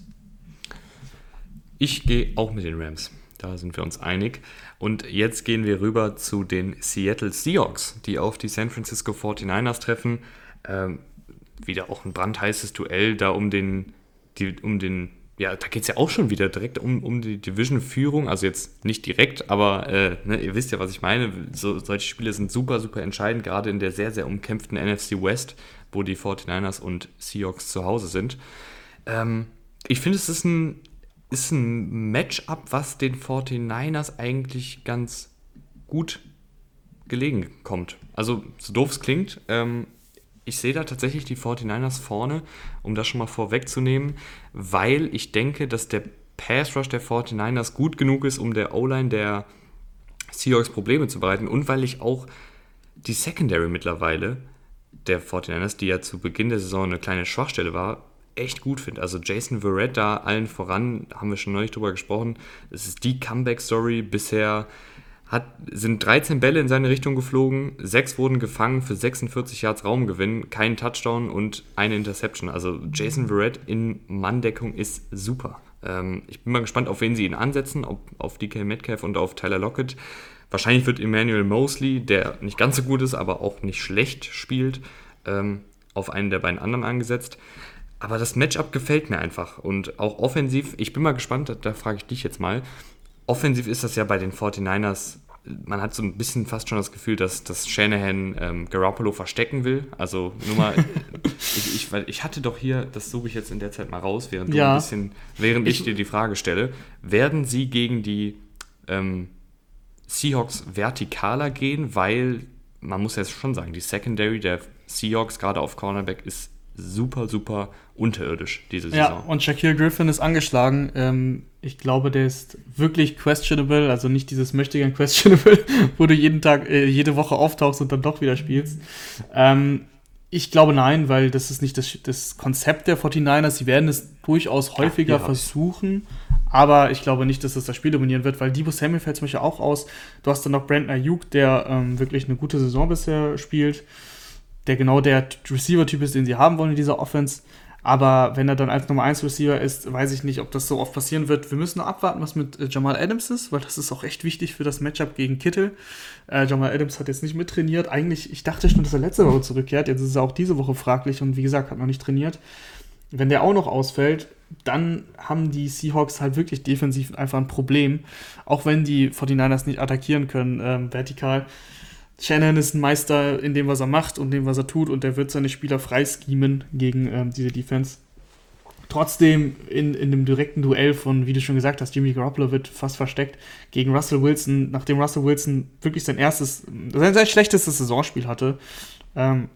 Ich gehe auch mit den Rams. Da sind wir uns einig. Und jetzt gehen wir rüber zu den Seattle Seahawks, die auf die San Francisco forty-niners treffen. Ähm, wieder auch ein brandheißes Duell da um den, die, um den, ja, da geht es ja auch schon wieder direkt um, um die Division-Führung. Also jetzt nicht direkt, aber äh, ne, ihr wisst ja, was ich meine. So, solche Spiele sind super, super entscheidend, gerade in der sehr, sehr umkämpften N F C West, wo die forty-niners und Seahawks zu Hause sind. Ähm, ich finde, es ist ein ist ein Matchup, was den forty-niners eigentlich ganz gut gelegen kommt. Also, so doof es klingt, ähm, ich sehe da tatsächlich die forty-niners vorne, um das schon mal vorwegzunehmen, weil ich denke, dass der Pass-Rush der forty-niners gut genug ist, um der O-Line der Seahawks Probleme zu bereiten und weil ich auch die Secondary mittlerweile der forty-niners, die ja zu Beginn der Saison eine kleine Schwachstelle war, echt gut finde. Also Jason Verrett da allen voran, haben wir schon neulich drüber gesprochen, es ist die Comeback-Story. Bisher hat, sind dreizehn Bälle in seine Richtung geflogen, sechs wurden gefangen für sechsundvierzig Yards Raumgewinn, kein Touchdown und eine Interception. Also Jason Verrett in Manndeckung ist super. Ähm, ich bin mal gespannt, auf wen sie ihn ansetzen, ob auf D K Metcalf und auf Tyler Lockett. Wahrscheinlich wird Emmanuel Mosley, der nicht ganz so gut ist, aber auch nicht schlecht spielt, ähm, auf einen der beiden anderen angesetzt. Aber das Matchup gefällt mir einfach. Und auch offensiv, ich bin mal gespannt, da, da frage ich dich jetzt mal. Offensiv ist das ja bei den forty-niners, man hat so ein bisschen fast schon das Gefühl, dass, dass Shanahan ähm, Garoppolo verstecken will. Also nur mal, ich, ich, weil ich hatte doch hier, das suche ich jetzt in der Zeit mal raus, während, ja. du ein bisschen, während ich, ich dir die Frage stelle, werden sie gegen die ähm, Seahawks vertikaler gehen, weil man muss jetzt schon sagen, die Secondary der Seahawks, gerade auf Cornerback, ist super, super unterirdisch diese Saison. Ja, und Shaquille Griffin ist angeschlagen. Ähm, ich glaube, der ist wirklich questionable, also nicht dieses möchtegern questionable, wo du jeden Tag, äh, jede Woche auftauchst und dann doch wieder spielst. Ähm, ich glaube nein, weil das ist nicht das, das Konzept der forty-niners. Sie werden es durchaus häufiger ja, versuchen, aber ich glaube nicht, dass das das Spiel dominieren wird, weil Deebo Samuel fällt zum Beispiel auch aus. Du hast dann noch Brandon Ayuk, der ähm, wirklich eine gute Saison bisher spielt, der genau der Receiver-Typ ist, den sie haben wollen in dieser Offense. Aber wenn er dann als Nummer eins Receiver ist, weiß ich nicht, ob das so oft passieren wird. Wir müssen noch abwarten, was mit äh, Jamal Adams ist, weil das ist auch echt wichtig für das Matchup gegen Kittle. Äh, Jamal Adams hat jetzt nicht mittrainiert. Eigentlich, ich dachte schon, dass er letzte Woche zurückkehrt. Jetzt ist er auch diese Woche fraglich und wie gesagt, hat noch nicht trainiert. Wenn der auch noch ausfällt, dann haben die Seahawks halt wirklich defensiv einfach ein Problem. Auch wenn die forty-niners nicht attackieren können, ähm, vertikal. Shanahan ist ein Meister in dem, was er macht und dem, was er tut, und der wird seine Spieler freischemen gegen ähm, diese Defense. Trotzdem in, in dem direkten Duell von, wie du schon gesagt hast, Jimmy Garoppolo wird fast versteckt gegen Russell Wilson, nachdem Russell Wilson wirklich sein erstes, sein, sein schlechtestes Saisonspiel hatte. Ähm,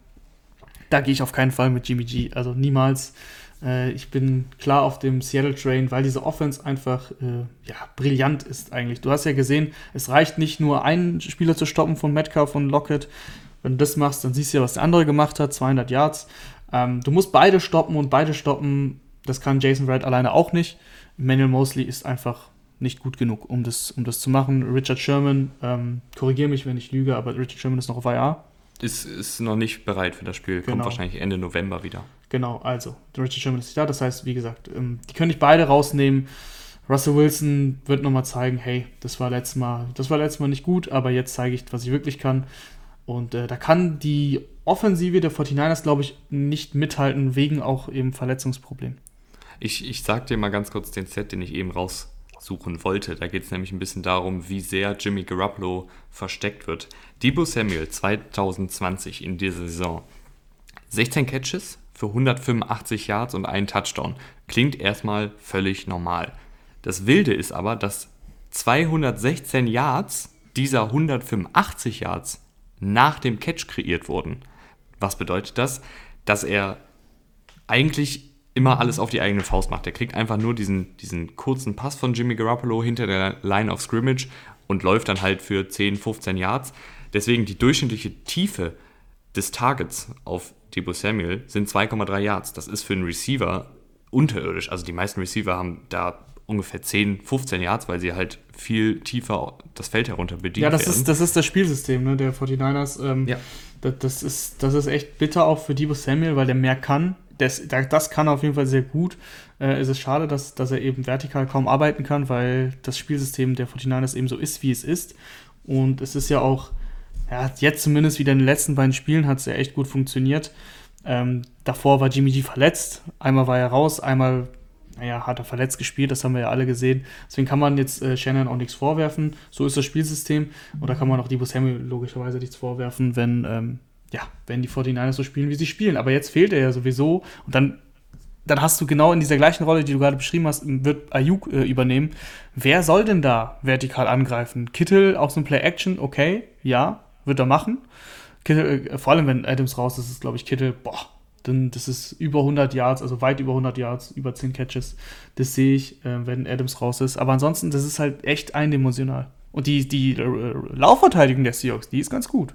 da gehe ich auf keinen Fall mit Jimmy G, also niemals. Äh, ich bin klar auf dem Seattle-Train, weil diese Offense einfach äh, ja, brillant ist eigentlich. Du hast ja gesehen, es reicht nicht nur, einen Spieler zu stoppen von Metcalf und Lockett. Wenn du das machst, dann siehst du ja, was der andere gemacht hat, zweihundert Yards. Ähm, du musst beide stoppen und beide stoppen, das kann Jason Wright alleine auch nicht. Emmanuel Mosley ist einfach nicht gut genug, um das, um das zu machen. Richard Sherman, ähm, korrigiere mich, wenn ich lüge, aber Richard Sherman ist noch auf I R. Ist, ist noch nicht bereit für das Spiel, genau. Kommt wahrscheinlich Ende November wieder. Genau, also, der Richard Sherman ist nicht da, das heißt, wie gesagt, ähm, die können nicht beide rausnehmen. Russell Wilson wird nochmal zeigen, hey, das war letztes Mal, das war letztes Mal nicht gut, aber jetzt zeige ich, was ich wirklich kann. Und äh, da kann die Offensive der forty-niners, glaube ich, nicht mithalten, wegen auch eben Verletzungsproblemen. Ich, ich sag dir mal ganz kurz den Set, den ich eben raussuchen wollte. Da geht es nämlich ein bisschen darum, wie sehr Jimmy Garoppolo versteckt wird. Deebo Samuel zwanzig zwanzig in dieser Saison. sechzehn Catches für hundertfünfundachtzig Yards und einen Touchdown. Klingt erstmal völlig normal. Das Wilde ist aber, dass zweihundertsechzehn Yards dieser hundertfünfundachtzig Yards nach dem Catch kreiert wurden. Was bedeutet das? Dass er eigentlich immer alles auf die eigene Faust macht. Er kriegt einfach nur diesen, diesen kurzen Pass von Jimmy Garoppolo hinter der Line of Scrimmage und läuft dann halt für zehn, fünfzehn Yards. Deswegen die durchschnittliche Tiefe des Targets auf Deebo Samuel sind zwei Komma drei Yards. Das ist für einen Receiver unterirdisch. Also die meisten Receiver haben da ungefähr zehn, fünfzehn Yards, weil sie halt viel tiefer das Feld herunter bedient ja, das werden. Ja, das ist das Spielsystem, ne, der forty-niners. Ähm, ja. das, das, ist, das ist echt bitter auch für Deebo Samuel, weil der mehr kann. Das, das kann er auf jeden Fall sehr gut. Äh, es ist schade, dass, dass er eben vertikal kaum arbeiten kann, weil das Spielsystem der forty-niners eben so ist, wie es ist. Und es ist ja auch, ja, jetzt zumindest wieder in den letzten beiden Spielen hat es ja echt gut funktioniert. Ähm, davor war Jimmy G verletzt. Einmal war er raus, einmal naja, hat er verletzt gespielt, das haben wir ja alle gesehen. Deswegen kann man jetzt äh, Shannon auch nichts vorwerfen. So ist das Spielsystem. Und da kann man auch Deebo Samuel logischerweise nichts vorwerfen, wenn, ähm, ja, wenn die forty-niners so spielen, wie sie spielen. Aber jetzt fehlt er ja sowieso. Und dann, dann hast du genau in dieser gleichen Rolle, die du gerade beschrieben hast, wird Ayuk äh, übernehmen. Wer soll denn da vertikal angreifen? Kittle, auch so ein Play-Action, okay, ja, wird er machen. Kittle, äh, vor allem, wenn Adams raus ist, ist, glaube ich, Kittle, boah, dann das ist über hundert Yards, also weit über hundert Yards, über zehn Catches. Das sehe ich, äh, wenn Adams raus ist. Aber ansonsten, das ist halt echt eindimensional. Und die, die äh, Laufverteidigung der Seahawks, die ist ganz gut.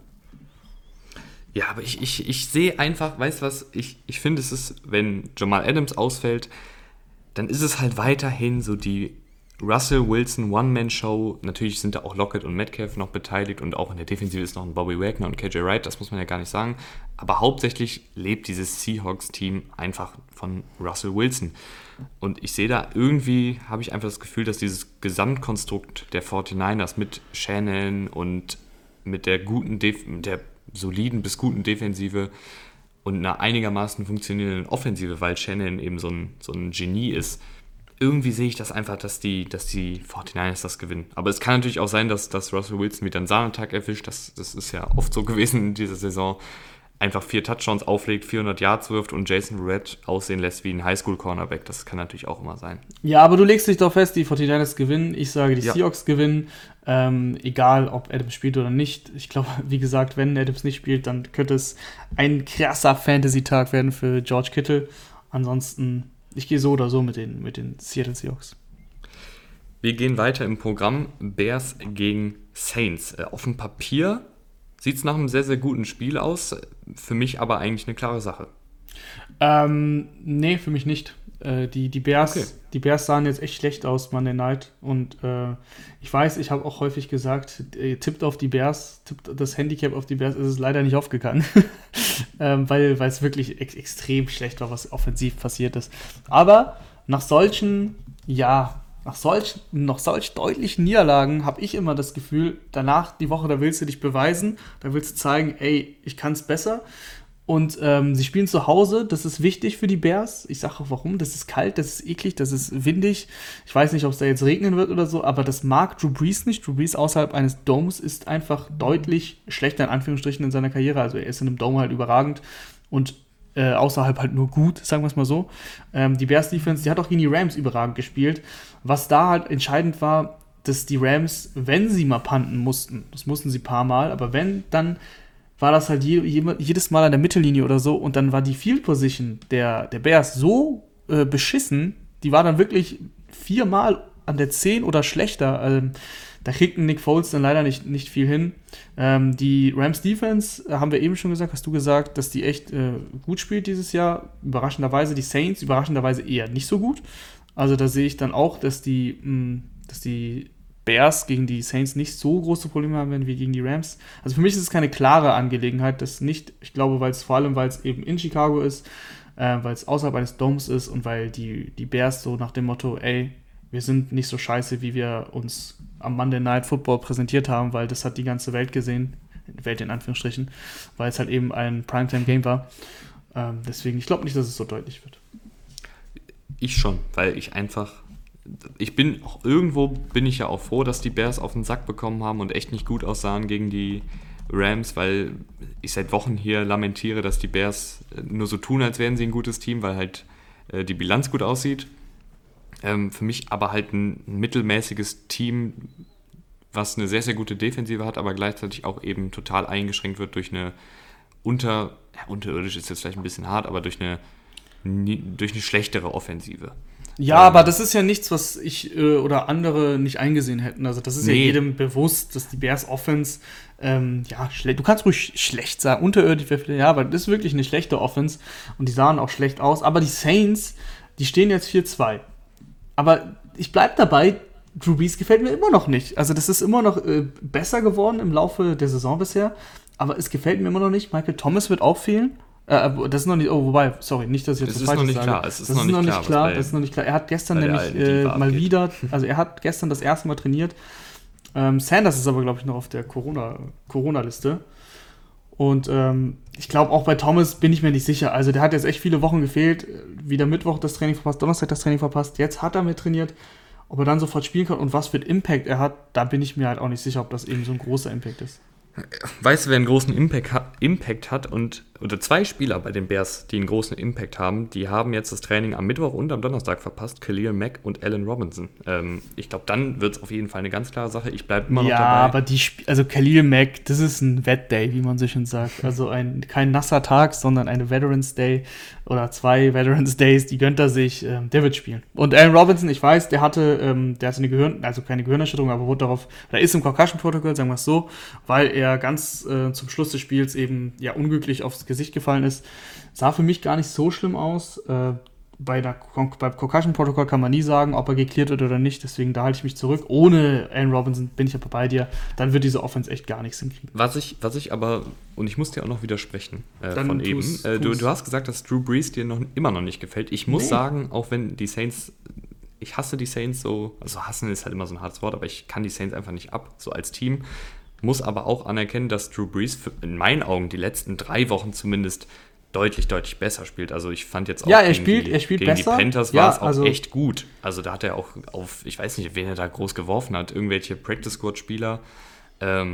Ja, aber ich, ich, ich sehe einfach, weißt du was, ich, ich finde, es ist, wenn Jamal Adams ausfällt, dann ist es halt weiterhin so die Russell Wilson One-Man-Show. Natürlich sind da auch Lockett und Metcalf noch beteiligt und auch in der Defensive ist noch ein Bobby Wagner und K J Wright, das muss man ja gar nicht sagen. Aber hauptsächlich lebt dieses Seahawks-Team einfach von Russell Wilson. Und ich sehe da irgendwie, habe ich einfach das Gefühl, dass dieses Gesamtkonstrukt der forty-niners mit Shannon und mit der guten, Def- der soliden bis guten Defensive und einer einigermaßen funktionierenden Offensive, weil Shannon eben so ein, so ein Genie ist, irgendwie sehe ich das einfach, dass die, dass die forty-niners das gewinnen. Aber es kann natürlich auch sein, dass, dass Russell Wilson wieder einen Sahnetag erwischt. Das, das ist ja oft so gewesen in dieser Saison. einfach vier Touchdowns auflegt, vierhundert Yards wirft und Jason Verrett aussehen lässt wie ein Highschool-Cornerback. Das kann natürlich auch immer sein. Ja, aber du legst dich doch fest, die forty-niners gewinnen. Ich sage, die Ja. Seahawks gewinnen. Ähm, egal, ob Adams spielt oder nicht. Ich glaube, wie gesagt, wenn Adams nicht spielt, dann könnte es ein krasser Fantasy-Tag werden für George Kittle. Ansonsten, ich gehe so oder so mit den, mit den Seattle Seahawks. Wir gehen weiter im Programm. Bears gegen Saints. Äh, auf dem Papier sieht es nach einem sehr, sehr guten Spiel aus. Für mich aber eigentlich eine klare Sache. Ähm, nee, für mich nicht. Äh, die, die, Bears, Okay. die Bears sahen jetzt echt schlecht aus Monday Night. Und äh, ich weiß, ich habe auch häufig gesagt, äh, tippt auf die Bears, tippt das Handicap auf die Bears, ist es leider nicht aufgegangen. ähm, weil weil es wirklich ex- extrem schlecht war, was offensiv passiert ist. Aber nach solchen, ja, nach solch, nach solch deutlichen Niederlagen habe ich immer das Gefühl, danach die Woche, da willst du dich beweisen, da willst du zeigen, ey, ich kann es besser. Und ähm, sie spielen zu Hause, das ist wichtig für die Bears. Ich sage auch warum, das ist kalt, das ist eklig, das ist windig. Ich weiß nicht, ob es da jetzt regnen wird oder so, aber das mag Drew Brees nicht. Drew Brees außerhalb eines Domes ist einfach deutlich schlechter in Anführungsstrichen in seiner Karriere. Also er ist in einem Dome halt überragend und äh, außerhalb halt nur gut, sagen wir es mal so. Ähm, die Bears-Defense, die hat auch gegen die Rams überragend gespielt. Was da halt entscheidend war, dass die Rams, wenn sie mal punten mussten, das mussten sie ein paar Mal, aber wenn, dann war das halt je, je, jedes Mal an der Mittellinie oder so und dann war die Field Position der, der Bears so äh, beschissen, die war dann wirklich viermal an der zehn oder schlechter. Ähm, da kriegt Nick Foles dann leider nicht, nicht viel hin. Ähm, die Rams Defense, äh, haben wir eben schon gesagt, hast du gesagt, dass die echt äh, gut spielt dieses Jahr. Überraschenderweise die Saints, überraschenderweise eher nicht so gut. Also da sehe ich dann auch, dass die, mh, dass die Bears gegen die Saints nicht so große Probleme haben werden wie gegen die Rams. Also für mich ist es keine klare Angelegenheit, das nicht, ich glaube, weil es vor allem, weil es eben in Chicago ist, äh, weil es außerhalb eines Domes ist und weil die, die Bears so nach dem Motto, ey, wir sind nicht so scheiße, wie wir uns am Monday Night Football präsentiert haben, weil das hat die ganze Welt gesehen, Welt in Anführungsstrichen, weil es halt eben ein Primetime-Game war. Ähm, deswegen, ich glaube nicht, dass es so deutlich wird. Ich schon, weil ich einfach, ich bin auch irgendwo, bin ich ja auch froh, dass die Bears auf den Sack bekommen haben und echt nicht gut aussahen gegen die Rams, weil ich seit Wochen hier lamentiere, dass die Bears nur so tun, als wären sie ein gutes Team, weil halt äh, die Bilanz gut aussieht. Ähm, für mich aber halt ein mittelmäßiges Team, was eine sehr, sehr gute Defensive hat, aber gleichzeitig auch eben total eingeschränkt wird durch eine unter, ja, unterirdisch ist jetzt vielleicht ein bisschen hart, aber durch eine, durch eine schlechtere Offensive. Ja, ähm, aber das ist ja nichts, was ich äh, oder andere nicht eingesehen hätten. Also das ist nee. ja jedem bewusst, dass die Bears Offense, ähm, ja, schlecht, du kannst ruhig schlecht sagen, unterirdisch, ja, aber das ist wirklich eine schlechte Offense und die sahen auch schlecht aus. Aber die Saints, die stehen jetzt vier zwei. Aber ich bleib dabei, Drew Brees gefällt mir immer noch nicht. Also das ist immer noch äh, besser geworden im Laufe der Saison bisher, aber es gefällt mir immer noch nicht. Michael Thomas wird auch fehlen. Äh, das ist noch nicht, oh, wobei, sorry, nicht, dass ich jetzt das das Falsches sage. Klar. Es ist das noch ist nicht noch nicht klar. klar. Bei, das ist noch nicht klar. Er hat gestern bei nämlich äh, mal abgeht. wieder, also er hat gestern das erste Mal trainiert. Ähm, Sanders ist aber, glaube ich, noch auf der Corona, Corona-Liste. Und ähm, ich glaube, auch bei Thomas bin ich mir nicht sicher. Also der hat jetzt echt viele Wochen gefehlt. Wieder Mittwoch das Training verpasst, Donnerstag das Training verpasst. Jetzt hat er mit trainiert. Ob er dann sofort spielen kann und was für einen Impact er hat, da bin ich mir halt auch nicht sicher, ob das eben so ein großer Impact ist. Weißt du, wer einen großen Impact hat, Impact hat und oder zwei Spieler bei den Bears, die einen großen Impact haben, die haben jetzt das Training am Mittwoch und am Donnerstag verpasst, Khalil Mack und Allen Robinson. Ähm, ich glaube, dann wird es auf jeden Fall eine ganz klare Sache. Ich bleibe immer noch ja, dabei. Ja, aber die, Sp- also Khalil Mack, das ist ein Wet-Day, wie man so schön sagt. Also ein, kein nasser Tag, sondern eine Veterans Day oder zwei Veterans Days, die gönnt er sich, ähm, der wird spielen. Und Allen Robinson, ich weiß, der hatte, ähm, der hatte eine Gehirn, also keine Gehirnerschütterung, aber wurde darauf, da ist im Concussion-Protokoll, sagen wir es so, weil er ganz äh, zum Schluss des Spiels eben ja unglücklich aufs Gesicht gefallen ist. Sah für mich gar nicht so schlimm aus. Äh, bei der Con- beim Concussion-Protokoll kann man nie sagen, ob er geklärt wird oder nicht. Deswegen da halte ich mich zurück. Ohne Allen Robinson bin ich aber bei dir. Dann wird diese Offense echt gar nichts hinkriegen. Was ich, was ich aber, und ich muss dir auch noch widersprechen äh, Dann von tu's, eben. Äh, du, tu's. du hast gesagt, dass Drew Brees dir noch immer noch nicht gefällt. Ich muss Nee. sagen, auch wenn die Saints, ich hasse die Saints so, also hassen ist halt immer so ein hartes Wort, aber ich kann die Saints einfach nicht ab, so als Team. Muss aber auch anerkennen, dass Drew Brees für, in meinen Augen die letzten drei Wochen zumindest deutlich, deutlich besser spielt. Also ich fand jetzt auch Ja, er gegen, spielt- die, er spielt gegen besser. die Panthers Ja, war es auch also- echt gut. Also da hat er auch auf, ich weiß nicht, wen er da groß geworfen hat, irgendwelche Practice-Squad-Spieler. Ähm,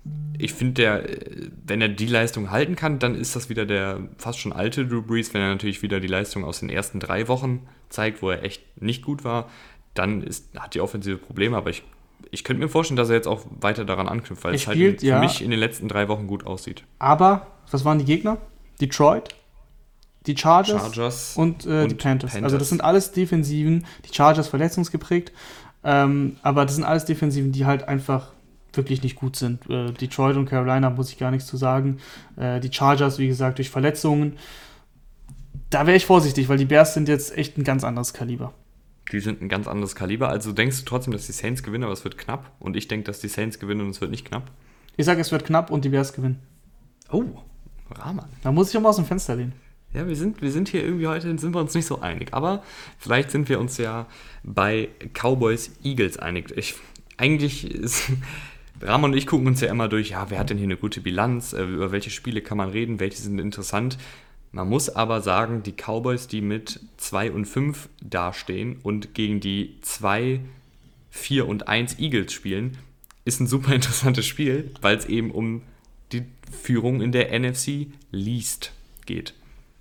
ich finde, der, wenn er die Leistung halten kann, dann ist das wieder der fast schon alte Drew Brees. Wenn er natürlich wieder die Leistung aus den ersten drei Wochen zeigt, wo er echt nicht gut war, dann ist, hat die Offensive Probleme. Aber ich, ich könnte mir vorstellen, dass er jetzt auch weiter daran anknüpft, weil Er es spielt, halt für ja. mich in den letzten drei Wochen gut aussieht. Aber, was waren die Gegner? Detroit, die Chargers, Chargers und, äh, und die Panthers. Panthers. Also das sind alles Defensiven, die Chargers verletzungsgeprägt, ähm, aber das sind alles Defensiven, die halt einfach wirklich nicht gut sind. Äh, Detroit und Carolina muss ich gar nichts zu sagen. Äh, die Chargers, wie gesagt, durch Verletzungen. Da wäre ich vorsichtig, weil die Bears sind jetzt echt ein ganz anderes Kaliber. Die sind ein ganz anderes Kaliber. Also denkst du trotzdem, dass die Saints gewinnen, aber es wird knapp? Und ich denke, dass die Saints gewinnen und es wird nicht knapp? Ich sage, es wird knapp und die Bears gewinnen. Oh, Rahman. Da muss ich auch mal aus dem Fenster lehnen. Ja, wir sind, wir sind hier irgendwie heute, sind wir uns nicht so einig. Aber vielleicht sind wir uns ja bei Cowboys Eagles einig. Ich, eigentlich ist... Ramon und ich gucken uns ja immer durch, ja, wer hat denn hier eine gute Bilanz, äh, über welche Spiele kann man reden, welche sind interessant. Man muss aber sagen, die Cowboys, die mit zwei und fünf dastehen und gegen die zwei, vier und eins Eagles spielen, ist ein super interessantes Spiel, weil es eben um die Führung in der N F C Least geht.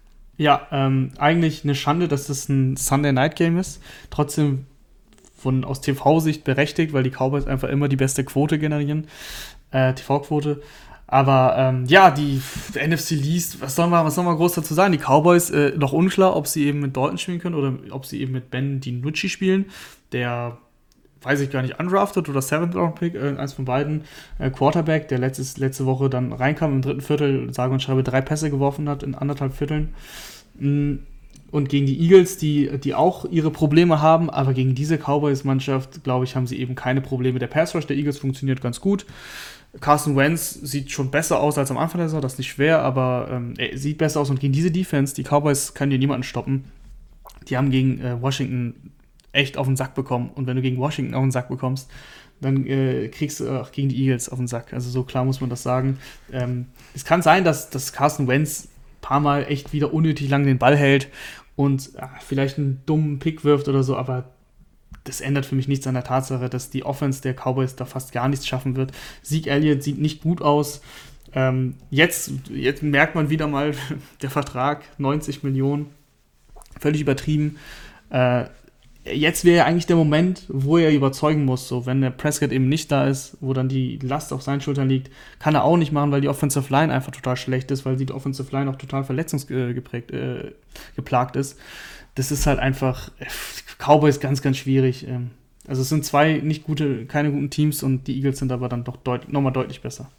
Ja, ähm, eigentlich eine Schande, dass das ein Sunday-Night-Game ist. Trotzdem von aus T V-Sicht berechtigt, weil die Cowboys einfach immer die beste Quote generieren, äh, T V-Quote. Aber ähm, ja, die N F C Least, was soll man, was soll man groß dazu sagen? Die Cowboys, äh, noch unklar, ob sie eben mit Dalton spielen können oder ob sie eben mit Ben DiNucci spielen, der, weiß ich gar nicht, undrafted oder Seventh-Round-Pick, irgendeins von beiden, äh, Quarterback, der letztes, letzte Woche dann reinkam im dritten Viertel, sage und schreibe, drei Pässe geworfen hat in anderthalb Vierteln. Mm. Und gegen die Eagles, die, die auch ihre Probleme haben, aber gegen diese Cowboys-Mannschaft, glaube ich, haben sie eben keine Probleme. Der Pass-Rush der Eagles funktioniert ganz gut. Carson Wentz sieht schon besser aus als am Anfang der Saison, das ist nicht schwer, aber ähm, er sieht besser aus. Und gegen diese Defense, die Cowboys können dir niemanden stoppen. Die haben gegen äh, Washington echt auf den Sack bekommen. Und wenn du gegen Washington auf den Sack bekommst, dann äh, kriegst du auch gegen die Eagles auf den Sack. Also so klar muss man das sagen. Ähm, es kann sein, dass, dass Carson Wentz ein paar Mal echt wieder unnötig lang den Ball hält und äh, vielleicht einen dummen Pick wirft oder so, aber das ändert für mich nichts an der Tatsache, dass die Offense der Cowboys da fast gar nichts schaffen wird. Zeke Elliott sieht nicht gut aus. Ähm, jetzt, jetzt merkt man wieder mal, der Vertrag, neunzig Millionen, völlig übertrieben. Äh, jetzt wäre ja eigentlich der Moment, wo er überzeugen muss. So, wenn der Prescott eben nicht da ist, wo dann die Last auf seinen Schultern liegt, kann er auch nicht machen, weil die Offensive Line einfach total schlecht ist, weil die Offensive Line auch total verletzungsgeprägt, äh, geplagt ist. Das ist halt einfach, äh, Cowboys ganz, ganz schwierig. Ähm, also es sind zwei nicht gute, keine guten Teams und die Eagles sind aber dann doch deut- nochmal deutlich besser.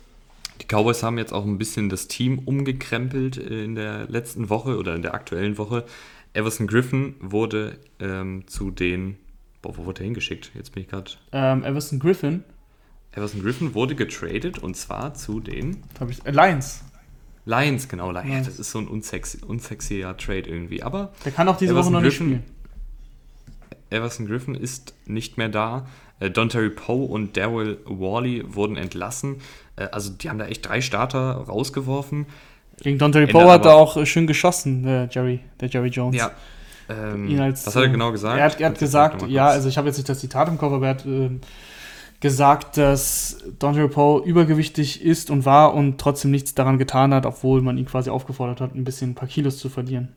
Die Cowboys haben jetzt auch ein bisschen das Team umgekrempelt in der letzten Woche oder in der aktuellen Woche. Everson Griffen wurde ähm, zu den, boah, wo wurde er hingeschickt? Jetzt bin ich gerade. Ähm, Everson Griffen. Everson Griffen wurde getradet und zwar zu den Hab ich, äh, Lions. Lions, genau. Lions. Lions. Das ist so ein unsexy, unsexier Trade irgendwie. Aber Der kann auch diese Everson Woche noch nicht Griffen, spielen. Everson Griffen ist nicht mehr da. Äh, Dontari Poe und Daryl Worley wurden entlassen. Äh, also die haben da echt drei Starter rausgeworfen. Gegen Dontari Ändert Poe hat aber- er auch äh, schön geschossen, der Jerry, der Jerry Jones. Ja. Ähm, Ihn als, was hat er äh, genau gesagt? Er hat, er hat Kannst du gesagt, vielleicht noch mal ja, kurz- also ich habe jetzt nicht das Zitat im Kopf, aber er hat äh, gesagt, dass Dontari Poe übergewichtig ist und war und trotzdem nichts daran getan hat, obwohl man ihn quasi aufgefordert hat, ein bisschen ein paar Kilos zu verlieren.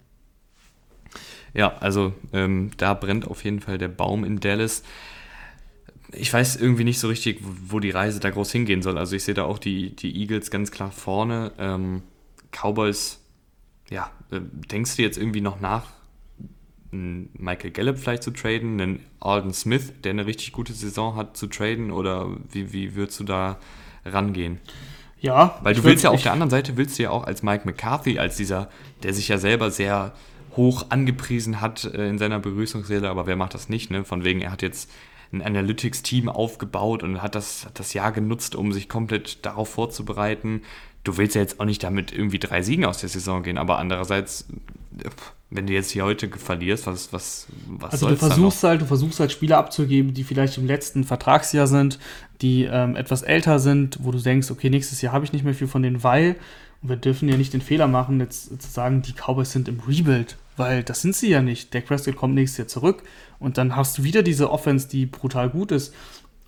Ja, also ähm, da brennt auf jeden Fall der Baum in Dallas. Ich weiß irgendwie nicht so richtig, wo die Reise da groß hingehen soll. Also ich sehe da auch die, die Eagles ganz klar vorne. Ähm, Cowboys, ja, äh, denkst du jetzt irgendwie noch nach, einen Michael Gallup vielleicht zu traden, einen Alden Smith, der eine richtig gute Saison hat, zu traden? Oder wie, wie würdest du da rangehen? Ja. Weil du ich willst würd- ja auf ich- der anderen Seite, willst du ja auch als Mike McCarthy, als dieser, der sich ja selber sehr hoch angepriesen hat äh, in seiner Begrüßungsrede, aber wer macht das nicht, ne? Von wegen, er hat jetzt ein Analytics-Team aufgebaut und hat das, hat das Jahr genutzt, um sich komplett darauf vorzubereiten. Du willst ja jetzt auch nicht damit irgendwie drei Siegen aus der Saison gehen, aber andererseits, äh, wenn du jetzt hier heute verlierst, was, was, was Also du soll's dann noch? versuchst halt, du versuchst halt Spieler abzugeben, die vielleicht im letzten Vertragsjahr sind, die ähm, etwas älter sind, wo du denkst, okay, nächstes Jahr habe ich nicht mehr viel von denen, weil, und wir dürfen ja nicht den Fehler machen, jetzt zu sagen, die Cowboys sind im Rebuild, weil das sind sie ja nicht. Dak Prescott kommt nächstes Jahr zurück und dann hast du wieder diese Offense, die brutal gut ist.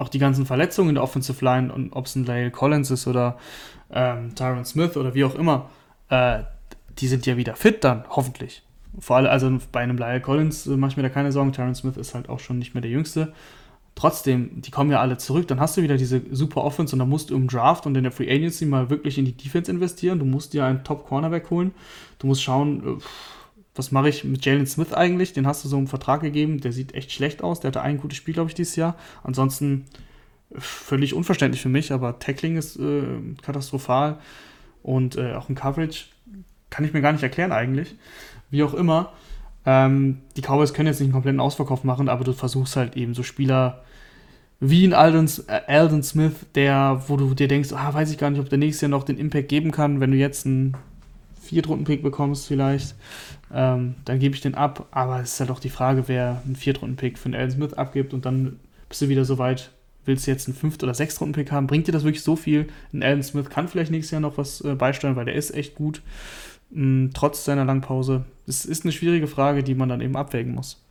auch die ganzen Verletzungen in der Offensive Line und ob es ein La'el Collins ist oder ähm, Tyron Smith oder wie auch immer, äh, die sind ja wieder fit dann, hoffentlich. Vor allem, also bei einem La'el Collins äh, mache ich mir da keine Sorgen, Tyron Smith ist halt auch schon nicht mehr der Jüngste. Trotzdem, die kommen ja alle zurück, dann hast du wieder diese super Offense und dann musst du im Draft und in der Free Agency mal wirklich in die Defense investieren. Du musst dir einen Top-Cornerback holen. Du musst schauen, was mache ich mit Jalen Smith eigentlich? Den hast du so einen Vertrag gegeben, der sieht echt schlecht aus. Der hatte ein gutes Spiel, glaube ich, dieses Jahr. Ansonsten völlig unverständlich für mich, aber Tackling ist äh, katastrophal und äh, auch ein Coverage kann ich mir gar nicht erklären eigentlich. Wie auch immer. Ähm, die Cowboys können jetzt nicht einen kompletten Ausverkauf machen, aber du versuchst halt eben so Spieler wie ein Aldon, äh, Aldon Smith, der, wo du dir denkst, ah, weiß ich gar nicht, ob der nächstes Jahr noch den Impact geben kann, wenn du jetzt einen Viertrunden-Pick bekommst vielleicht, ähm, dann gebe ich den ab, aber es ist halt auch die Frage, wer einen Viertrunden-Pick für einen Aldon Smith abgibt und dann bist du wieder so weit, willst du jetzt einen Fünft- oder Sechstrunden-Pick haben, bringt dir das wirklich so viel? Ein Aldon Smith kann vielleicht nächstes Jahr noch was äh, beisteuern, weil der ist echt gut, mh, trotz seiner langen Pause. Es ist eine schwierige Frage, die man dann eben abwägen muss.